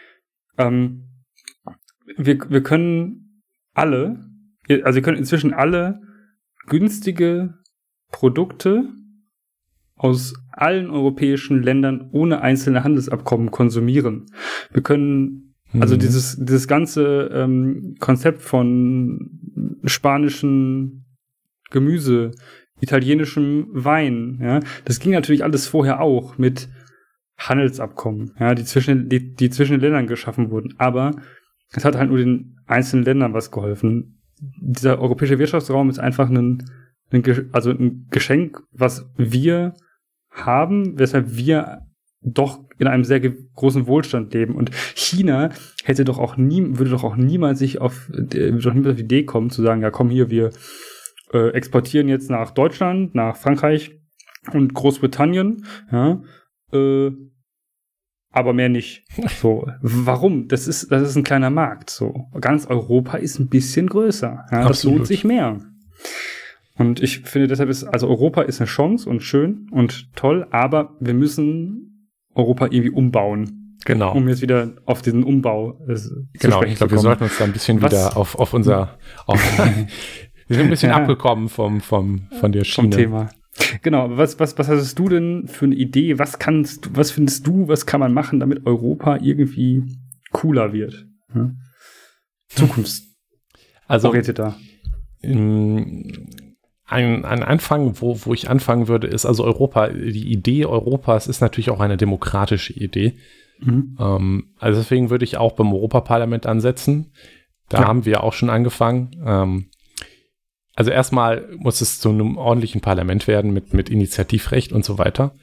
Wir können inzwischen alle günstige Produkte aus allen europäischen Ländern ohne einzelne Handelsabkommen konsumieren. Wir können also dieses ganze Konzept von spanischen Gemüse, italienischem Wein, ja, das ging natürlich alles vorher auch mit Handelsabkommen, ja, die zwischen den Ländern geschaffen wurden. Aber es hat halt nur den einzelnen Ländern was geholfen. Dieser europäische Wirtschaftsraum ist einfach ein Geschenk, was wir haben, weshalb wir doch in einem sehr großen Wohlstand leben. Und China würde doch auch niemals auf die Idee kommen, zu sagen, ja komm hier, wir exportieren jetzt nach Deutschland, nach Frankreich und Großbritannien, ja, aber mehr nicht. So, warum? Das ist ein kleiner Markt. So, ganz Europa ist ein bisschen größer. Ja, das lohnt sich mehr. Und ich finde, deshalb Europa ist eine Chance und schön und toll, aber wir müssen Europa irgendwie umbauen. Genau. Um jetzt wieder auf diesen Umbau zu sprechen. Ich glaube, wir sollten uns da ein bisschen wieder auf unser wir sind ein bisschen abgekommen von der Schiene. Vom Thema. Genau, was hast du denn für eine Idee? Was findest du, was kann man machen, damit Europa irgendwie cooler wird? Hm? Zukunftsorientierter. Ein Anfang, wo ich anfangen würde, ist also Europa. Die Idee Europas ist natürlich auch eine demokratische Idee. Also deswegen würde ich auch beim Europaparlament ansetzen. Da haben wir auch schon angefangen. Also erstmal muss es zu einem ordentlichen Parlament werden mit Initiativrecht und so weiter.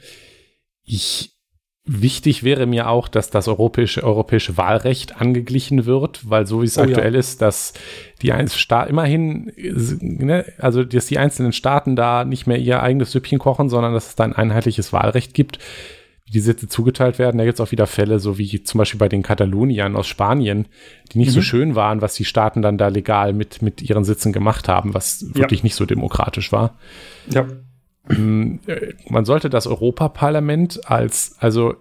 Wichtig wäre mir auch, dass das europäische Wahlrecht angeglichen wird, weil so wie es aktuell ist, dass die immerhin, also dass die einzelnen Staaten da nicht mehr ihr eigenes Süppchen kochen, sondern dass es da ein einheitliches Wahlrecht gibt, wie die Sitze zugeteilt werden. Da gibt es auch wieder Fälle, so wie zum Beispiel bei den Kataloniern aus Spanien, die nicht so schön waren, was die Staaten dann da legal mit ihren Sitzen gemacht haben, was wirklich nicht so demokratisch war. Ja. Man sollte das Europaparlament das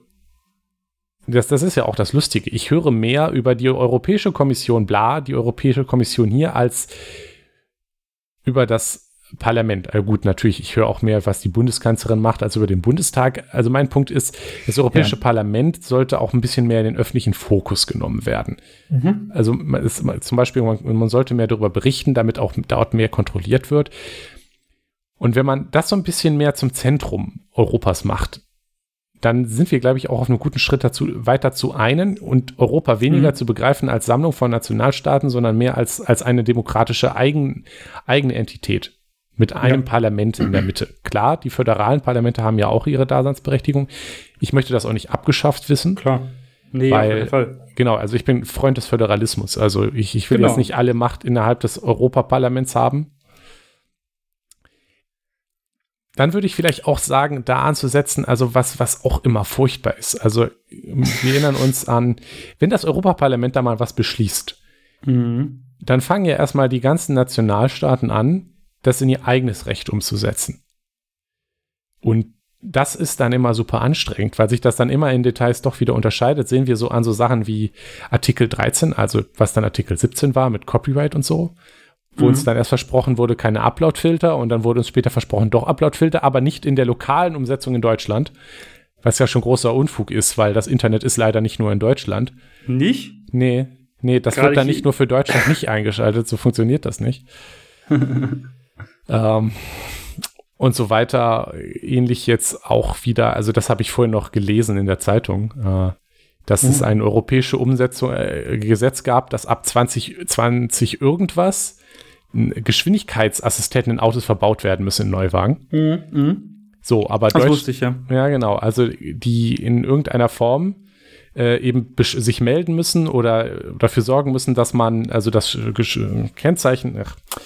ist ja auch das Lustige. Ich höre mehr über die Europäische Kommission, die Europäische Kommission hier, als über das Parlament. Also gut, natürlich, ich höre auch mehr, was die Bundeskanzlerin macht, als über den Bundestag. Also mein Punkt ist, das Europäische Parlament sollte auch ein bisschen mehr in den öffentlichen Fokus genommen werden. Also zum Beispiel, man sollte mehr darüber berichten, damit auch dort mehr kontrolliert wird. Und wenn man das so ein bisschen mehr zum Zentrum Europas macht, dann sind wir, glaube ich, auch auf einem guten Schritt dazu, weiter zu einen und Europa weniger zu begreifen als Sammlung von Nationalstaaten, sondern mehr als eine demokratische eigene Entität mit einem Parlament in der Mitte. Klar, die föderalen Parlamente haben ja auch ihre Daseinsberechtigung. Ich möchte das auch nicht abgeschafft wissen. Klar. Nee, weil, auf jeden Fall. Genau, also ich bin Freund des Föderalismus. Also ich will jetzt nicht alle Macht innerhalb des Europaparlaments haben. Dann würde ich vielleicht auch sagen, da anzusetzen, also was auch immer furchtbar ist. Also wir erinnern uns an, wenn das Europaparlament da mal was beschließt, dann fangen ja erstmal die ganzen Nationalstaaten an, das in ihr eigenes Recht umzusetzen. Und das ist dann immer super anstrengend, weil sich das dann immer in Details doch wieder unterscheidet. Sehen wir so an so Sachen wie Artikel 13, also was dann Artikel 17 war mit Copyright und so, wo uns dann erst versprochen wurde, keine Upload-Filter und dann wurde uns später versprochen, doch Upload-Filter, aber nicht in der lokalen Umsetzung in Deutschland, was ja schon großer Unfug ist, weil das Internet ist leider nicht nur in Deutschland. Nicht? Nee, das wird dann nicht nur für Deutschland nicht eingeschaltet, so funktioniert das nicht. Und so weiter, ähnlich jetzt auch wieder, also das habe ich vorhin noch gelesen in der Zeitung, dass es eine europäische Umsetzung, Gesetz gab, dass ab 2020 irgendwas Geschwindigkeitsassistenten in Autos verbaut werden müssen in Neuwagen. So, aber das wusste ich, ja. Ja, genau, also die in irgendeiner Form eben sich melden müssen oder dafür sorgen müssen, dass man, also das Kennzeichen,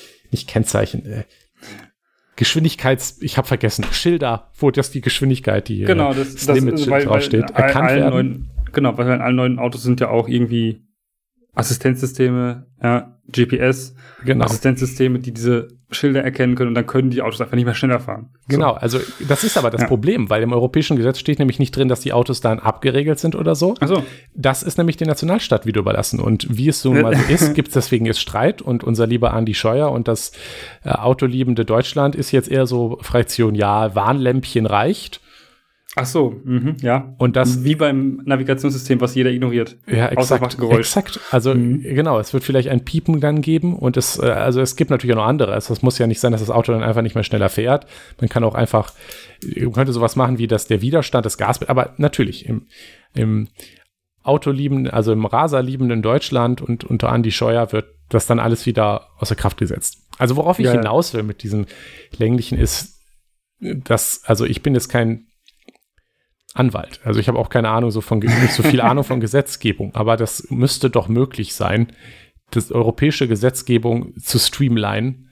ich habe vergessen, Schilder, wo das die Geschwindigkeit, die das Limitschild draufsteht, erkannt werden. Weil in allen neuen Autos sind ja auch irgendwie Assistenzsysteme, GPS, Assistenzsysteme, die diese Schilder erkennen können und dann können die Autos einfach nicht mehr schneller fahren. Genau, also das ist aber das Problem, weil im europäischen Gesetz steht nämlich nicht drin, dass die Autos dann abgeregelt sind oder so. Ach so. Das ist nämlich den Nationalstaat wieder überlassen und wie es so mal so ist, gibt es deswegen jetzt Streit und unser lieber Andi Scheuer und das autoliebende Deutschland ist jetzt eher so Fraktion, Warnlämpchen reicht. Ach so, ja. Und das wie beim Navigationssystem, was jeder ignoriert. Ja, exakt. Also genau, es wird vielleicht ein Piepen dann geben und es gibt natürlich auch noch andere. Also es muss ja nicht sein, dass das Auto dann einfach nicht mehr schneller fährt. Man kann auch einfach, man könnte sowas machen wie der Widerstand des Gas, aber natürlich im Autoliebenden, also im Raserliebenden Deutschland und unter Andi Scheuer wird das dann alles wieder außer Kraft gesetzt. Also worauf ich hinaus will mit diesem Länglichen ist, dass, also ich bin jetzt kein Anwalt. Also ich habe auch keine Ahnung, nicht so viel Ahnung von Gesetzgebung, aber das müsste doch möglich sein, das europäische Gesetzgebung zu streamlinen,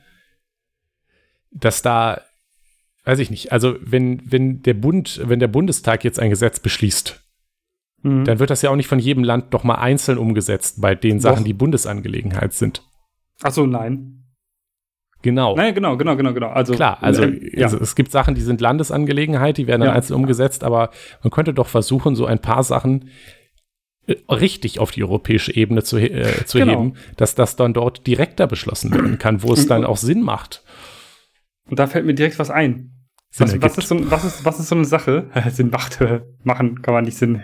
dass da, weiß ich nicht, also wenn der Bundestag jetzt ein Gesetz beschließt, dann wird das ja auch nicht von jedem Land doch mal einzeln umgesetzt bei den Sachen, die Bundesangelegenheit sind. Ach so, nein. Genau. Naja, genau. Also, klar, also es gibt Sachen, die sind Landesangelegenheit, die werden dann einzeln umgesetzt, aber man könnte doch versuchen, so ein paar Sachen richtig auf die europäische Ebene zu heben, dass das dann dort direkter beschlossen werden kann, wo es dann auch Sinn macht. Und da fällt mir direkt was ein. Was ist so eine Sache? Sinn macht, machen kann man nicht Sinn.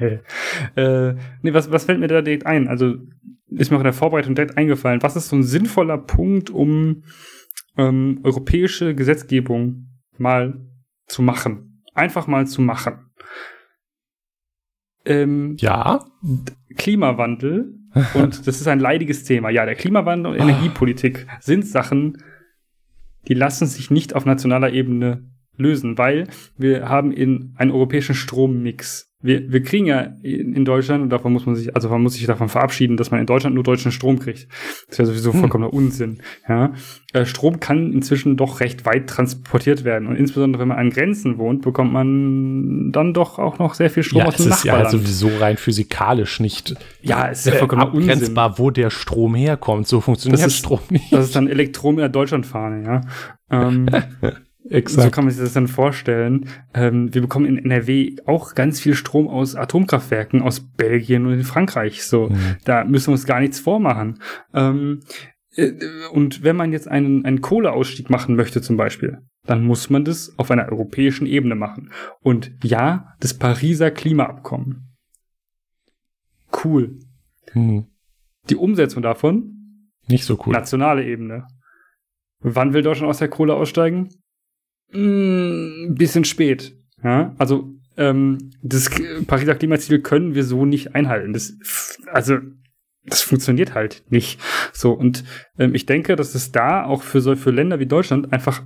Was fällt mir da direkt ein? Also ist mir auch in der Vorbereitung direkt eingefallen. Was ist so ein sinnvoller Punkt, um europäische Gesetzgebung mal zu machen? Einfach mal zu machen. Klimawandel, und das ist ein leidiges Thema. Ja, der Klimawandel und Energiepolitik sind Sachen, die lassen sich nicht auf nationaler Ebene lösen, weil wir haben einen europäischen Strommix. Wir kriegen ja in Deutschland, und man muss sich davon verabschieden, dass man in Deutschland nur deutschen Strom kriegt. Das ist ja sowieso vollkommener Unsinn. Ja? Strom kann inzwischen doch recht weit transportiert werden. Und insbesondere, wenn man an Grenzen wohnt, bekommt man dann doch auch noch sehr viel Strom aus dem Nachbarland. Ja, es ist ja sowieso rein physikalisch nicht es ist ja vollkommener abgrenzbar, Unsinn, wo der Strom herkommt. So funktioniert Strom nicht. Das ist dann Elektrom in Deutschlandfahne, ja. Exakt. So kann man sich das dann vorstellen. Wir bekommen in NRW auch ganz viel Strom aus Atomkraftwerken aus Belgien und in Frankreich. So, da müssen wir uns gar nichts vormachen. Und wenn man jetzt einen Kohleausstieg machen möchte zum Beispiel, dann muss man das auf einer europäischen Ebene machen. Und ja, das Pariser Klimaabkommen. Cool. Die Umsetzung davon? Nicht so cool. Nationale Ebene. Wann will Deutschland aus der Kohle aussteigen? Bisschen spät. Ja? Also das Pariser Klimaziel können wir so nicht einhalten. Das funktioniert halt nicht. So, und ich denke, dass es da auch für Länder wie Deutschland einfach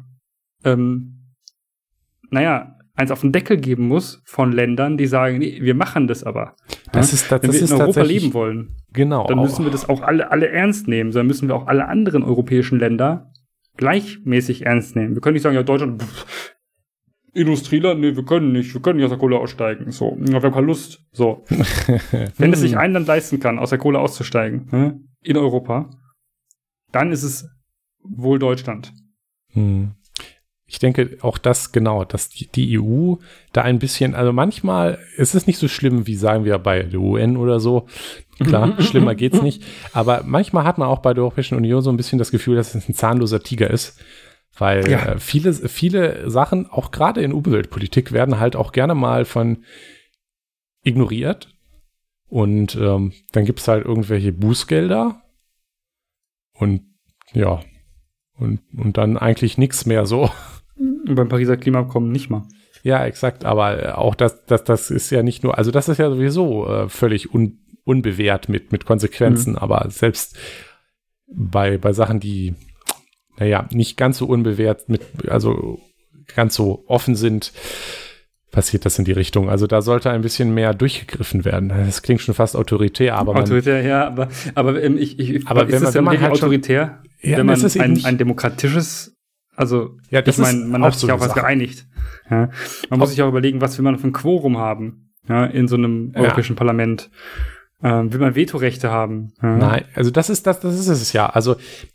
eins auf den Deckel geben muss von Ländern, die sagen, nee, wir machen das aber. Wenn wir in Europa leben wollen, genau, dann müssen wir das auch alle ernst nehmen, sondern müssen wir auch alle anderen europäischen Länder gleichmäßig ernst nehmen. Wir können nicht sagen, ja, Deutschland, Industrieland, nee, wir können nicht aus der Kohle aussteigen. So, wir haben keine Lust. So. Wenn es sich ein Land leisten kann, aus der Kohle auszusteigen, in Europa, dann ist es wohl Deutschland. Ich denke auch dass die EU da ein bisschen, also manchmal ist es nicht so schlimm, wie sagen wir bei der UN oder so. Klar, schlimmer geht's nicht. Aber manchmal hat man auch bei der Europäischen Union so ein bisschen das Gefühl, dass es ein zahnloser Tiger ist. Weil viele Sachen, auch gerade in Umweltpolitik, werden halt auch gerne mal ignoriert. Und dann gibt's halt irgendwelche Bußgelder. Und ja, und dann eigentlich nichts mehr so. Und beim Pariser Klimaabkommen nicht mal. Ja, exakt, aber auch das ist ja nicht nur, also das ist ja sowieso völlig unbewährt mit Konsequenzen, aber selbst bei Sachen, die, nicht ganz so unbewährt also ganz so offen sind, passiert das in die Richtung. Also da sollte ein bisschen mehr durchgegriffen werden. Das klingt schon fast autoritär, aber wenn man halt autoritär, wenn man ein demokratisches, also ich meine, man hat sich auf was geeinigt. Ja? Man muss sich auch überlegen, was will man für ein Quorum haben, in so einem europäischen Parlament. Will man Vetorechte haben? Ja? Nein, also das ist es ja. Also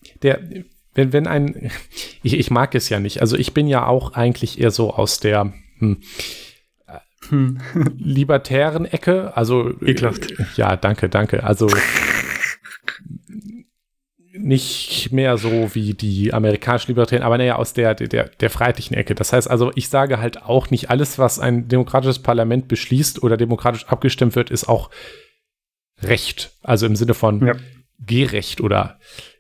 ich mag es ja nicht. Also ich bin ja auch eigentlich eher so aus der libertären Ecke. Also ekelhaft. Ja, danke. Also nicht mehr so wie die amerikanischen Libertären, aber aus der freiheitlichen Ecke. Das heißt also, ich sage halt auch nicht, alles, was ein demokratisches Parlament beschließt oder demokratisch abgestimmt wird, ist auch Recht. Also im Sinne von gerecht oder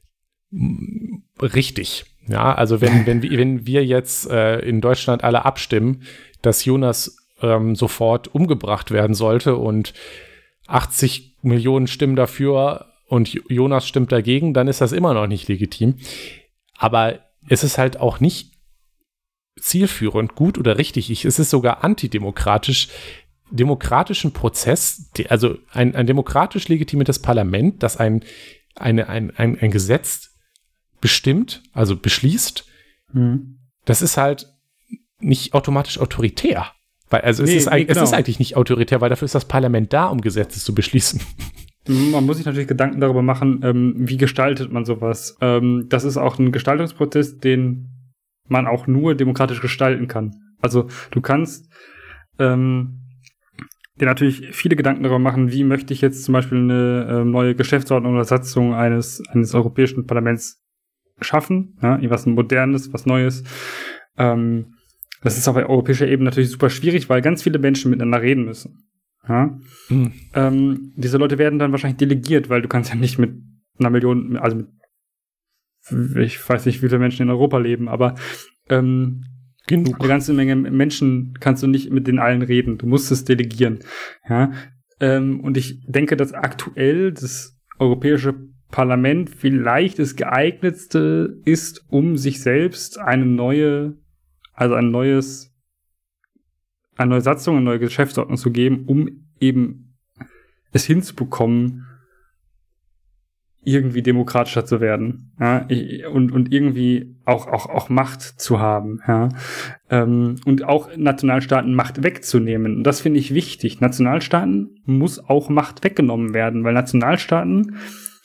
richtig. Ja, also wenn wir jetzt in Deutschland alle abstimmen, dass Jonas sofort umgebracht werden sollte und 80 Millionen Stimmen dafür und Jonas stimmt dagegen, dann ist das immer noch nicht legitim. Aber es ist halt auch nicht zielführend, gut oder richtig. Es ist sogar antidemokratisch, demokratischen Prozess, also ein demokratisch legitimiertes Parlament, das ein Gesetz bestimmt, also beschließt, das ist halt nicht automatisch autoritär. Weil, also es ist eigentlich nicht autoritär, weil dafür ist das Parlament da, um Gesetze zu beschließen. Man muss sich natürlich Gedanken darüber machen, wie gestaltet man sowas. Das ist auch ein Gestaltungsprozess, den man auch nur demokratisch gestalten kann. Also du kannst dir natürlich viele Gedanken darüber machen, wie möchte ich jetzt zum Beispiel eine neue Geschäftsordnung oder Satzung eines Europäischen Parlaments schaffen. Ja, was Modernes, was Neues. Das ist auf europäischer Ebene natürlich super schwierig, weil ganz viele Menschen miteinander reden müssen. Ja? Diese Leute werden dann wahrscheinlich delegiert, weil du kannst ja nicht mit einer Million, also ich weiß nicht, wie viele Menschen in Europa leben, aber genug. Eine ganze Menge Menschen kannst du nicht mit den allen reden. Du musst es delegieren. Ja? Und ich denke, dass aktuell das Europäische Parlament vielleicht das geeignetste ist, um sich selbst eine neue Satzung, eine neue Geschäftsordnung zu geben, um eben es hinzubekommen, irgendwie demokratischer zu werden, ja, und irgendwie auch Macht zu haben, ja, und auch Nationalstaaten Macht wegzunehmen. Und das finde ich wichtig. Nationalstaaten muss auch Macht weggenommen werden, weil Nationalstaaten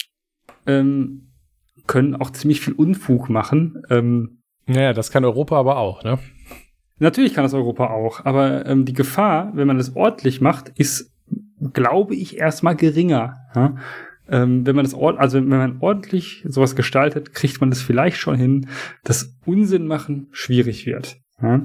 können auch ziemlich viel Unfug machen. Ja, das kann Europa aber auch, ne? Natürlich kann das Europa auch, aber die Gefahr, wenn man das ordentlich macht, ist, glaube ich, erstmal geringer. Ja? Wenn man ordentlich sowas gestaltet, kriegt man das vielleicht schon hin, dass Unsinn machen schwierig wird. Ja,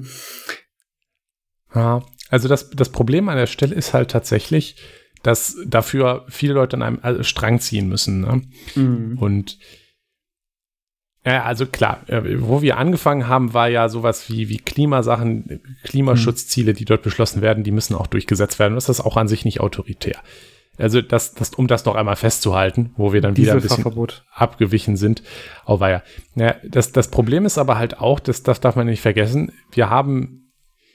also das Problem an der Stelle ist halt tatsächlich, dass dafür viele Leute an einem Strang ziehen müssen. Ne? Und Ja, also klar, wo wir angefangen haben, war ja sowas wie Klimasachen, Klimaschutzziele, die dort beschlossen werden, die müssen auch durchgesetzt werden. Das ist auch an sich nicht autoritär. Also um das noch einmal festzuhalten, wo wir dann wieder ein bisschen abgewichen sind. Ja, das Problem ist aber halt auch, das darf man nicht vergessen, wir haben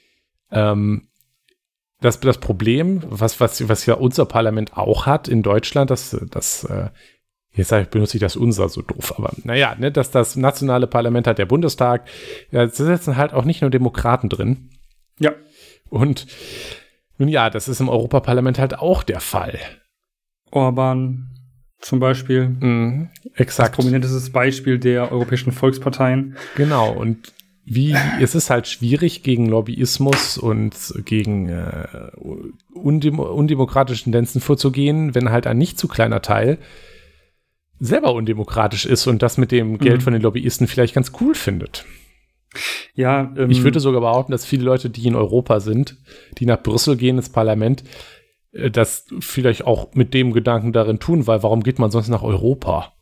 das Problem, was ja unser Parlament auch hat in Deutschland, jetzt benutze ich das unser so doof, aber naja, ne, dass das nationale Parlament hat, der Bundestag, da sitzen halt auch nicht nur Demokraten drin. Ja. Und nun ja, das ist im Europaparlament halt auch der Fall. Orban zum Beispiel. Exakt. Das prominentestes Beispiel der europäischen Volksparteien. Genau, und es ist halt schwierig, gegen Lobbyismus und gegen undemokratischen Tendenzen vorzugehen, wenn halt ein nicht zu kleiner Teil selber undemokratisch ist und das mit dem Geld von den Lobbyisten vielleicht ganz cool findet. Ja, ich würde sogar behaupten, dass viele Leute, die in Europa sind, die nach Brüssel gehen ins Parlament, das vielleicht auch mit dem Gedanken darin tun, weil warum geht man sonst nach Europa?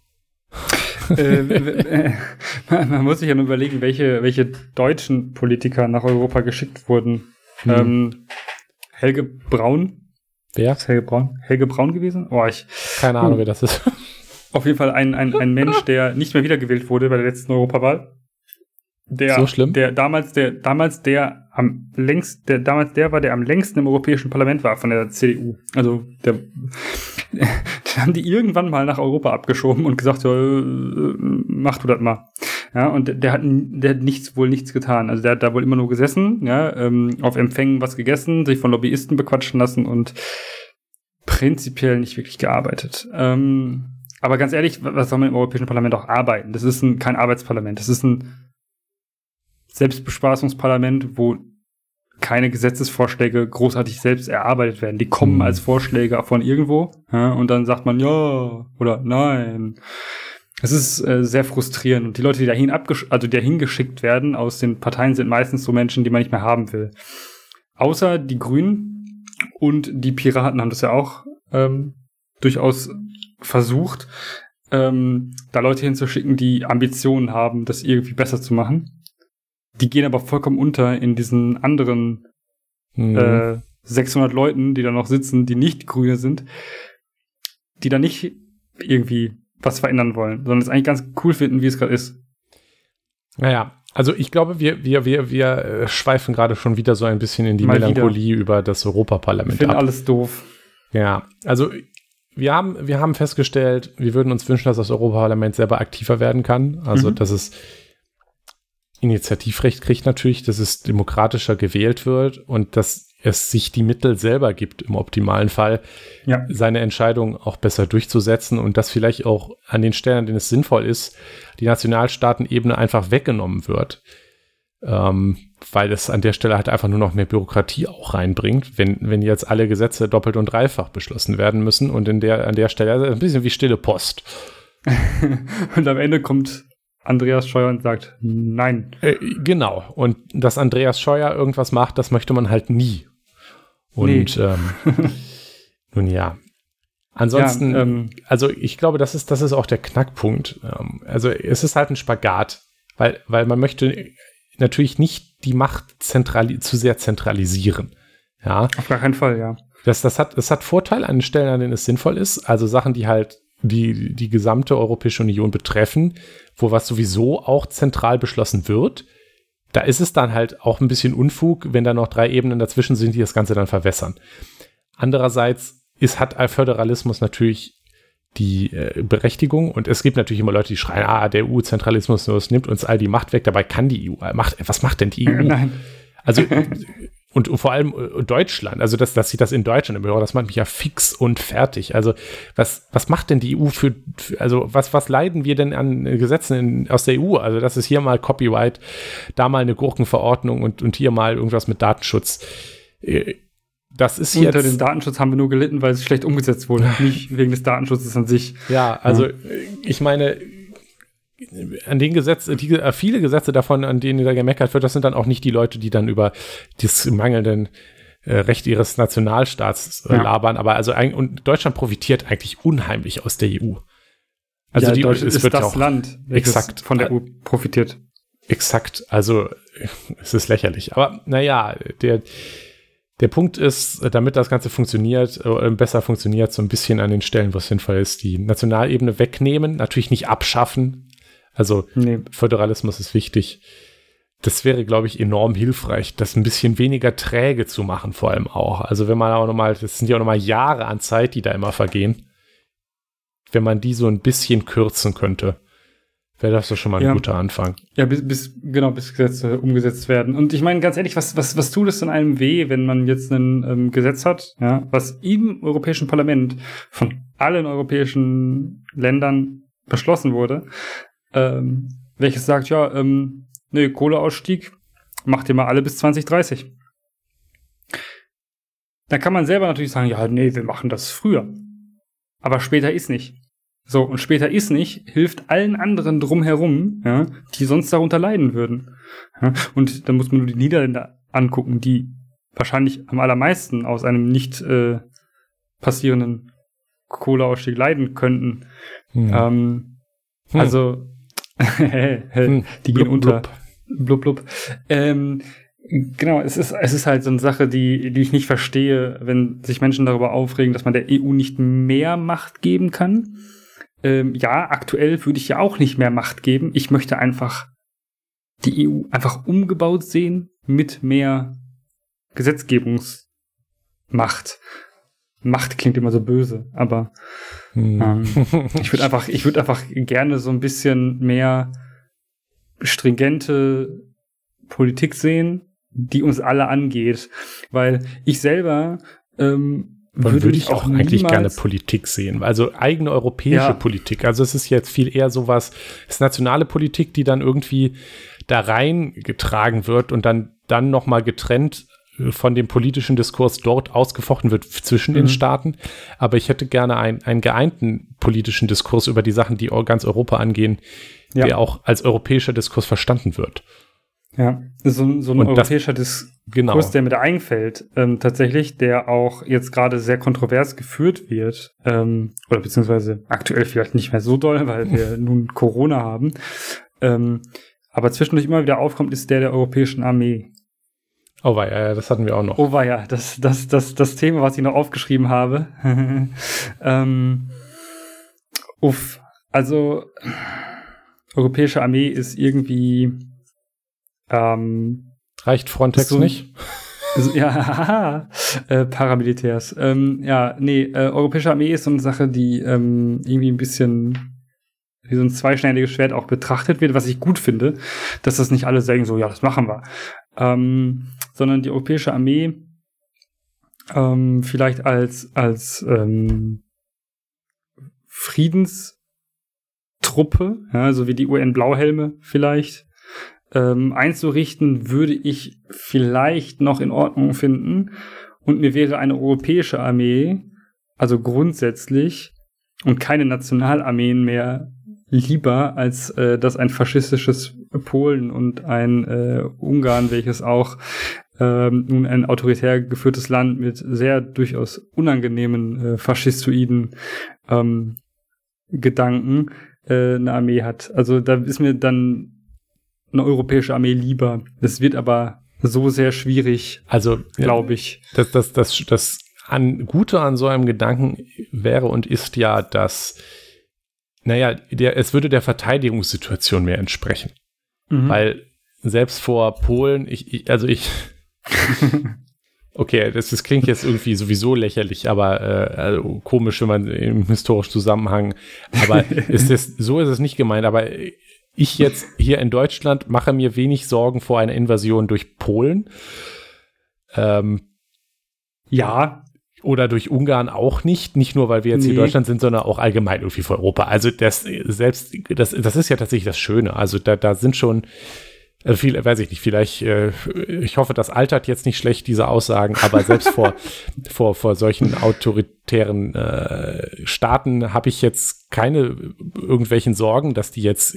Man muss sich ja nur überlegen, welche deutschen Politiker nach Europa geschickt wurden. Helge Braun. Wer? Ist Helge Braun gewesen? Keine Ahnung, wer das ist. Auf jeden Fall ein Mensch, der nicht mehr wiedergewählt wurde bei der letzten Europawahl. So schlimm? Der damals am längsten im Europäischen Parlament war von der CDU. Also den haben die irgendwann mal nach Europa abgeschoben und gesagt, mach du das mal. Ja, und der hat wohl nichts getan. Also der hat da wohl immer nur gesessen, ja, auf Empfängen was gegessen, sich von Lobbyisten bequatschen lassen und prinzipiell nicht wirklich gearbeitet. Aber ganz ehrlich, was soll man im Europäischen Parlament auch arbeiten? Das ist kein Arbeitsparlament. Das ist ein Selbstbespaßungsparlament, wo keine Gesetzesvorschläge großartig selbst erarbeitet werden. Die kommen als Vorschläge von irgendwo, ja, und dann sagt man ja oder nein. Es ist sehr frustrierend. Und die Leute, die dahin geschickt werden aus den Parteien, sind meistens so Menschen, die man nicht mehr haben will. Außer die Grünen und die Piraten haben das ja auch durchaus versucht, da Leute hinzuschicken, die Ambitionen haben, das irgendwie besser zu machen. Die gehen aber vollkommen unter in diesen anderen 600 Leuten, die da noch sitzen, die nicht Grüne sind, die da nicht irgendwie was verändern wollen, sondern es eigentlich ganz cool finden, wie es gerade ist. Naja, also ich glaube, wir schweifen gerade schon wieder so ein bisschen in die Melancholie über das Europaparlament ab. Ich finde alles doof. Ja, also wir haben festgestellt, wir würden uns wünschen, dass das Europaparlament selber aktiver werden kann. Also, dass es Initiativrecht kriegt natürlich, dass es demokratischer gewählt wird und dass es sich die Mittel selber gibt, im optimalen Fall, seine Entscheidungen auch besser durchzusetzen und dass vielleicht auch an den Stellen, an denen es sinnvoll ist, die Nationalstaatenebene einfach weggenommen wird. Weil es an der Stelle halt einfach nur noch mehr Bürokratie auch reinbringt, wenn jetzt alle Gesetze doppelt und dreifach beschlossen werden müssen und an der Stelle ein bisschen wie stille Post. Und am Ende kommt Andreas Scheuer und sagt, nein. Genau. Und dass Andreas Scheuer irgendwas macht, das möchte man halt nie. Und nun ja. Ansonsten, also ich glaube, das ist auch der Knackpunkt. Also es ist halt ein Spagat, weil man möchte natürlich nicht die Macht zu sehr zentralisieren. Ja. Auf gar keinen Fall, ja. Das hat Vorteile an den Stellen, an denen es sinnvoll ist. Also Sachen, die halt die gesamte Europäische Union betreffen, wo was sowieso auch zentral beschlossen wird. Da ist es dann halt auch ein bisschen Unfug, wenn da noch 3 Ebenen dazwischen sind, die das Ganze dann verwässern. Andererseits hat Föderalismus natürlich die Berechtigung und es gibt natürlich immer Leute, die schreien, der EU-Zentralismus nimmt uns all die Macht weg, dabei kann die EU. Was macht denn die EU? Nein. Also und vor allem Deutschland, also dass sie das in Deutschland im Büro, das macht mich ja fix und fertig. Also was macht denn die EU also was leiden wir denn an Gesetzen aus der EU? Also das ist hier mal Copyright, da mal eine Gurkenverordnung und hier mal irgendwas mit Datenschutz. Das ist jetzt unter dem Datenschutz haben wir nur gelitten, weil es schlecht umgesetzt wurde, nicht wegen des Datenschutzes an sich. Ja, also ich meine, an den Gesetzen, viele Gesetze davon, an denen da gemeckert wird, das sind dann auch nicht die Leute, die dann über das mangelnden Recht ihres Nationalstaats labern, aber und Deutschland profitiert eigentlich unheimlich aus der EU. Also Deutschland ist das Land, exakt von der EU profitiert. Exakt, also es ist lächerlich. Aber naja, der Punkt ist, damit das Ganze funktioniert, besser funktioniert, so ein bisschen an den Stellen, wo es sinnvoll ist, die Nationalebene wegnehmen, natürlich nicht abschaffen. Also Föderalismus ist wichtig. Das wäre, glaube ich, enorm hilfreich, das ein bisschen weniger träge zu machen, vor allem auch. Also wenn man auch nochmal, das sind ja auch nochmal Jahre an Zeit, die da immer vergehen. Wenn man die so ein bisschen kürzen könnte, wäre das doch schon mal ein guter Anfang. Ja, bis Gesetze umgesetzt werden. Und ich meine, ganz ehrlich, was tut es denn einem weh, wenn man jetzt ein Gesetz hat, ja, was im Europäischen Parlament von allen europäischen Ländern beschlossen wurde, welches sagt, Kohleausstieg macht ihr mal alle bis 2030. Da kann man selber natürlich sagen, wir machen das früher. Aber später ist nicht. So, und später ist nicht, hilft allen anderen drumherum, ja, die sonst darunter leiden würden. Ja, und dann muss man nur die Niederländer angucken, die wahrscheinlich am allermeisten aus einem nicht passierenden Kohleausstieg leiden könnten. Also, die gehen unter. Blub, blub. Genau, es ist halt so eine Sache, die ich nicht verstehe, wenn sich Menschen darüber aufregen, dass man der EU nicht mehr Macht geben kann. Aktuell würde ich ja auch nicht mehr Macht geben. Ich möchte einfach die EU einfach umgebaut sehen mit mehr Gesetzgebungsmacht. Macht klingt immer so böse, aber ich würde einfach gerne so ein bisschen mehr stringente Politik sehen, die uns alle angeht, weil ich selber würde ich auch eigentlich gerne Politik sehen, also eigene europäische Politik. Also es ist jetzt viel eher sowas, es ist nationale Politik, die dann irgendwie da reingetragen wird und dann nochmal getrennt von dem politischen Diskurs dort ausgefochten wird zwischen den Staaten. Aber ich hätte gerne einen geeinten politischen Diskurs über die Sachen, die ganz Europa angehen, der auch als europäischer Diskurs verstanden wird. Ja, so ein europäischer Diskurs, der mir da einfällt, tatsächlich, der auch jetzt gerade sehr kontrovers geführt wird, oder beziehungsweise aktuell vielleicht nicht mehr so doll, weil wir nun Corona haben, aber zwischendurch immer wieder aufkommt, ist der Europäischen Armee. Oh weia, das hatten wir auch noch. Oh weia, das Thema, was ich noch aufgeschrieben habe. Also Europäische Armee ist irgendwie reicht Frontex nicht? Paramilitärs. Europäische Armee ist so eine Sache, die irgendwie ein bisschen wie so ein zweischneidiges Schwert auch betrachtet wird, was ich gut finde, dass das nicht alle sagen so, ja, das machen wir. Sondern die Europäische Armee vielleicht als Friedenstruppe, ja, so wie die UN-Blauhelme vielleicht, einzurichten, würde ich vielleicht noch in Ordnung finden. Und mir wäre eine europäische Armee, also grundsätzlich, und keine Nationalarmeen mehr lieber, als dass ein faschistisches Polen und ein Ungarn, welches auch nun ein autoritär geführtes Land mit sehr durchaus unangenehmen faschistoiden Gedanken eine Armee hat. Also da ist mir dann eine europäische Armee lieber. Das wird aber so sehr schwierig, also glaube ich. Das Gute an so einem Gedanken wäre und ist ja, dass es würde der Verteidigungssituation mehr entsprechen. Weil selbst vor Polen, okay, das klingt jetzt irgendwie sowieso lächerlich, aber komisch, wenn man im historischen Zusammenhang, aber so ist es nicht gemeint, aber ich jetzt hier in Deutschland mache mir wenig Sorgen vor einer Invasion durch Polen. Oder durch Ungarn auch nicht nur, weil wir jetzt hier in Deutschland sind, sondern auch allgemein irgendwie für Europa. Also das ist ja tatsächlich das Schöne. Also da sind schon viel, weiß ich nicht, vielleicht, ich hoffe, das altert jetzt nicht schlecht, diese Aussagen, aber selbst vor solchen autoritären Staaten habe ich jetzt keine irgendwelchen Sorgen, dass die jetzt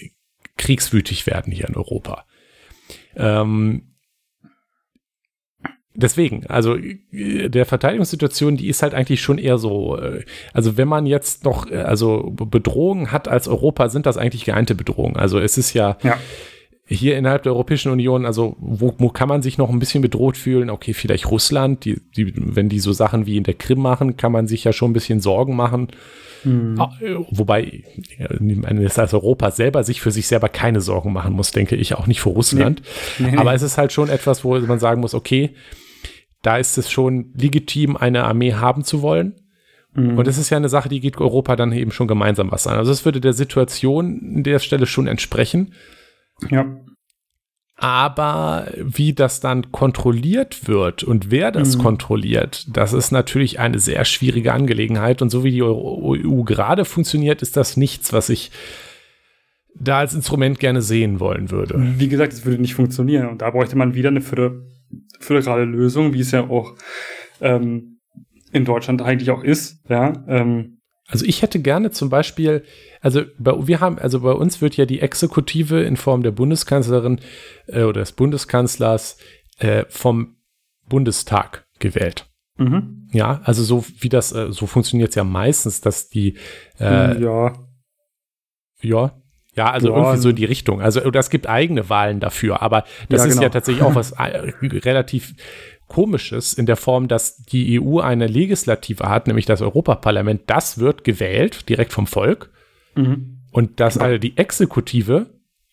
deswegen, also der Verteidigungssituation, die ist halt eigentlich schon eher so, also wenn man jetzt noch, also Bedrohungen hat als Europa, sind das eigentlich geeinte Bedrohungen. Also es ist ja hier innerhalb der Europäischen Union, also wo kann man sich noch ein bisschen bedroht fühlen? Okay, vielleicht Russland, wenn die so Sachen wie in der Krim machen, kann man sich ja schon ein bisschen Sorgen machen. Wobei es als Europa selber sich für sich selber keine Sorgen machen muss, denke ich, auch nicht für Russland. Nee. Aber es ist halt schon etwas, wo man sagen muss, okay, da ist es schon legitim, eine Armee haben zu wollen. Und das ist ja eine Sache, die geht Europa dann eben schon gemeinsam was an. Also es würde der Situation an der Stelle schon entsprechen. Ja. Aber wie das dann kontrolliert wird und wer das kontrolliert, das ist natürlich eine sehr schwierige Angelegenheit. Und so wie die EU gerade funktioniert, ist das nichts, was ich da als Instrument gerne sehen wollen würde. Wie gesagt, es würde nicht funktionieren. Und da bräuchte man wieder eine föderale Lösung, wie es ja auch in Deutschland eigentlich auch ist. Ja. Also ich hätte gerne zum Beispiel, bei uns wird ja die Exekutive in Form der Bundeskanzlerin oder des Bundeskanzlers vom Bundestag gewählt. Ja, also so wie das, so funktioniert es ja meistens, dass die irgendwie so in die Richtung. Also es gibt eigene Wahlen dafür, aber das ist ja tatsächlich auch was relativ Komisches in der Form, dass die EU eine Legislative hat, nämlich das Europaparlament. Das wird gewählt, direkt vom Volk. Und dass die Exekutive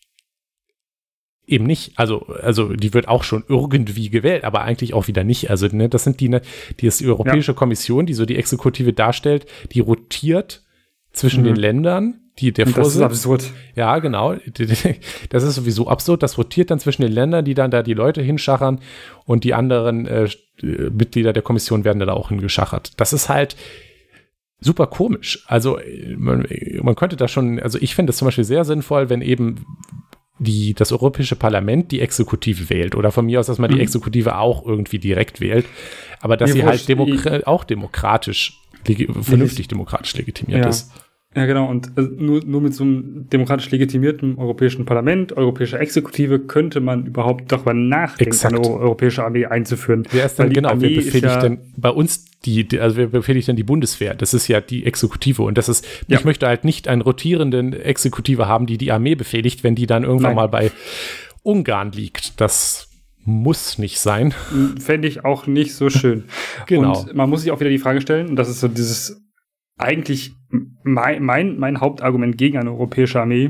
eben nicht, also die wird auch schon irgendwie gewählt, aber eigentlich auch wieder nicht. Also das sind die ist die Europäische Kommission, die so die Exekutive darstellt, die rotiert zwischen den Ländern. Der Vorsitz, das ist absurd. Ja, genau. Das ist sowieso absurd. Das rotiert dann zwischen den Ländern, die dann da die Leute hinschachern und die anderen Mitglieder der Kommission werden da auch hingeschachert. Das ist halt super komisch. Also man könnte da schon, also ich finde es zum Beispiel sehr sinnvoll, wenn eben das Europäische Parlament die Exekutive wählt oder von mir aus, dass man die Exekutive auch irgendwie direkt wählt, aber dass sie halt auch demokratisch, vernünftig demokratisch legitimiert ist. Ja, genau. Und nur mit so einem demokratisch legitimierten Europäischen Parlament, europäische Exekutive, könnte man überhaupt darüber nachdenken, eine europäische Armee einzuführen. Wer ist dann wer befehligt denn bei uns wer befehligt denn die Bundeswehr? Das ist ja die Exekutive und das ist, ich möchte halt nicht einen rotierenden Exekutive haben, die Armee befehligt, wenn die dann irgendwann mal bei Ungarn liegt. Das muss nicht sein. Fände ich auch nicht so schön. Genau. Und man muss sich auch wieder die Frage stellen, und das ist so dieses eigentlich mein Hauptargument gegen eine europäische Armee,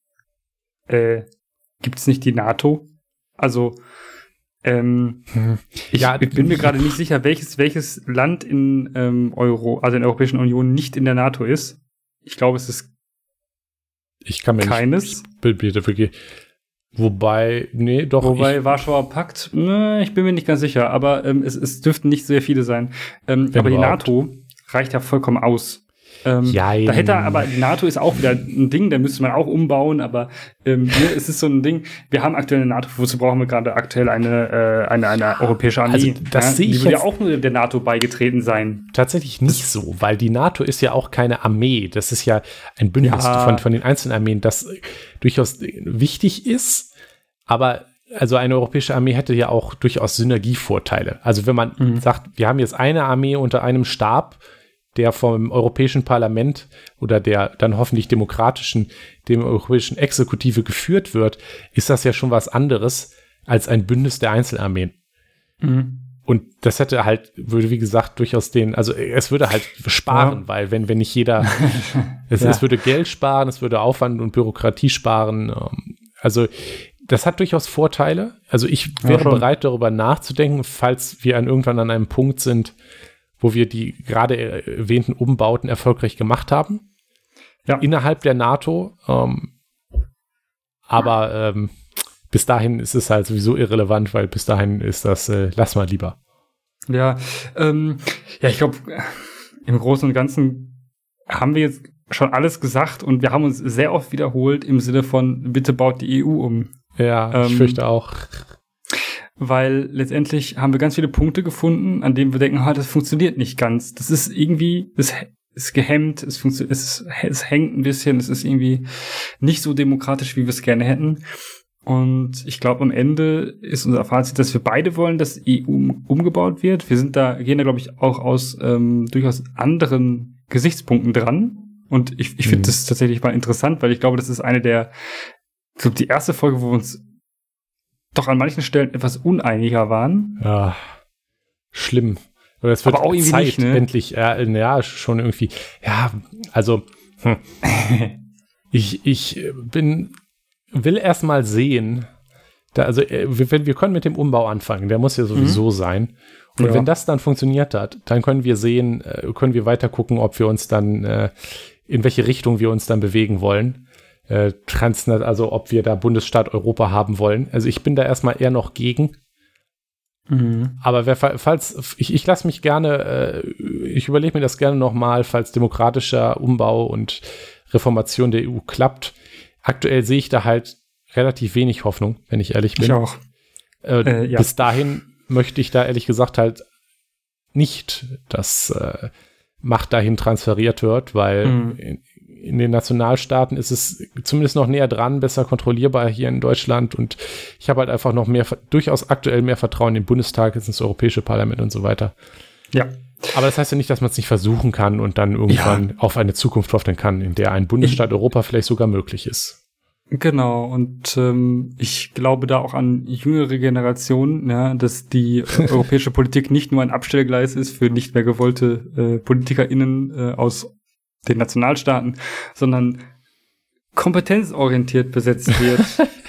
gibt es nicht die NATO? Also ich bin mir gerade nicht sicher, welches Land in der Europäischen Union nicht in der NATO ist. Ich glaube, es ist keines. Wobei Warschauer Pakt, ich bin mir nicht ganz sicher, aber es dürften nicht sehr viele sein. Aber die NATO reicht ja vollkommen aus. Da hätte aber die NATO ist auch wieder ein Ding, da müsste man auch umbauen, aber es ist so ein Ding, wir haben aktuell eine NATO, wozu brauchen wir gerade aktuell eine europäische Armee? Also das sehe ich die würde ja auch nur der NATO beigetreten sein. Tatsächlich nicht so, weil die NATO ist ja auch keine Armee, das ist ja ein Bündnis von den einzelnen Armeen, das durchaus wichtig ist, aber also eine europäische Armee hätte ja auch durchaus Synergievorteile. Also wenn man sagt, wir haben jetzt eine Armee unter einem Stab, der vom Europäischen Parlament oder der dann hoffentlich dem europäischen Exekutive geführt wird, ist das ja schon was anderes als ein Bündnis der Einzelarmeen. Und das würde wie gesagt durchaus es würde halt sparen, weil wenn nicht jeder, es würde Geld sparen, es würde Aufwand und Bürokratie sparen. Also das hat durchaus Vorteile. Also ich wäre bereit, darüber nachzudenken, falls wir irgendwann an einem Punkt sind, wo wir die gerade erwähnten Umbauten erfolgreich gemacht haben. Innerhalb der NATO. Aber bis dahin ist es halt sowieso irrelevant, weil bis dahin ist das, lass mal lieber. Ja, ich glaube, im Großen und Ganzen haben wir jetzt schon alles gesagt und wir haben uns sehr oft wiederholt im Sinne von, bitte baut die EU um. Ja, ich fürchte auch. Weil letztendlich haben wir ganz viele Punkte gefunden, an denen wir denken, das funktioniert nicht ganz. Das ist irgendwie, es ist gehemmt, es hängt ein bisschen, es ist irgendwie nicht so demokratisch, wie wir es gerne hätten. Und ich glaube, am Ende ist unser Fazit, dass wir beide wollen, dass EU umgebaut wird. Wir gehen da, glaube ich, auch aus durchaus anderen Gesichtspunkten dran. Und ich finde das tatsächlich mal interessant, weil ich glaube, das ist die erste Folge, wo wir uns doch an manchen Stellen etwas uneiniger waren. Ja, schlimm. Oder es wird aber auch irgendwie Zeit, nicht, ne? endlich, ja, schon irgendwie, ja, also, ich will erst mal sehen, wir können mit dem Umbau anfangen, der muss ja sowieso sein. Und wenn das dann funktioniert hat, dann können wir sehen, können wir weiter gucken, ob wir uns dann, in welche Richtung wir uns dann bewegen wollen. Also ob wir da Bundesstaat Europa haben wollen. Also ich bin da erstmal eher noch gegen. Aber ich lasse mich gerne, ich überlege mir das gerne nochmal, falls demokratischer Umbau und Reformation der EU klappt. Aktuell sehe ich da halt relativ wenig Hoffnung, wenn ich ehrlich bin. Ich auch. Bis dahin möchte ich da ehrlich gesagt halt nicht, dass Macht dahin transferiert wird, weil in den Nationalstaaten ist es zumindest noch näher dran, besser kontrollierbar hier in Deutschland und ich habe halt einfach noch durchaus aktuell mehr Vertrauen in den Bundestag, ins Europäische Parlament und so weiter. Ja. Aber das heißt ja nicht, dass man es nicht versuchen kann und dann irgendwann auf eine Zukunft hoffen kann, in der ein Bundesstaat Europa vielleicht sogar möglich ist. Genau, und ich glaube da auch an jüngere Generationen, ja, dass die europäische Politik nicht nur ein Abstellgleis ist für nicht mehr gewollte PolitikerInnen aus den Nationalstaaten, sondern kompetenzorientiert besetzt wird.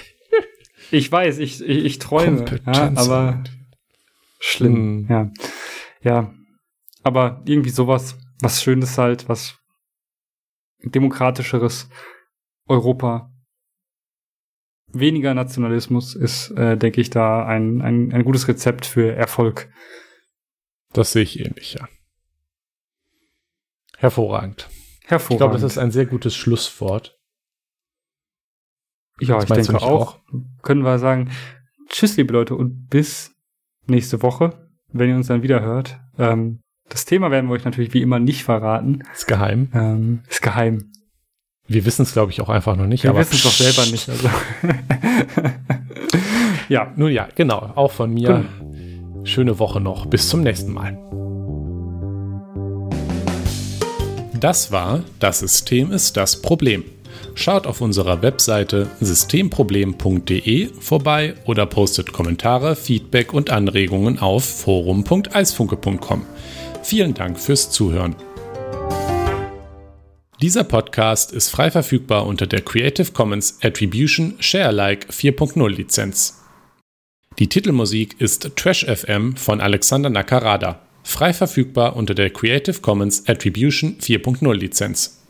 Ich weiß, ich träume, ja, aber schlimm, ja. Aber irgendwie sowas, was Schönes halt, was demokratischeres Europa. Weniger Nationalismus ist, denke ich, da ein gutes Rezept für Erfolg. Das sehe ich ähnlich, ja. Hervorragend. Ich glaube, das ist ein sehr gutes Schlusswort. Ja, ich denke auch. Können wir sagen, tschüss, liebe Leute, und bis nächste Woche, wenn ihr uns dann wieder hört. Das Thema werden wir euch natürlich wie immer nicht verraten. Ist geheim. Ist geheim. Wir wissen es, glaube ich, auch einfach noch nicht. Wir wissen es doch selber nicht. Also. Ja. Nun ja, genau. Auch von mir. Schöne Woche noch. Bis zum nächsten Mal. Das war Das System ist das Problem. Schaut auf unserer Webseite systemproblem.de vorbei oder postet Kommentare, Feedback und Anregungen auf forum.eisfunke.com. Vielen Dank fürs Zuhören. Dieser Podcast ist frei verfügbar unter der Creative Commons Attribution Share Alike 4.0 Lizenz. Die Titelmusik ist Trash FM von Alexander Nakarada, frei verfügbar unter der Creative Commons Attribution 4.0 Lizenz.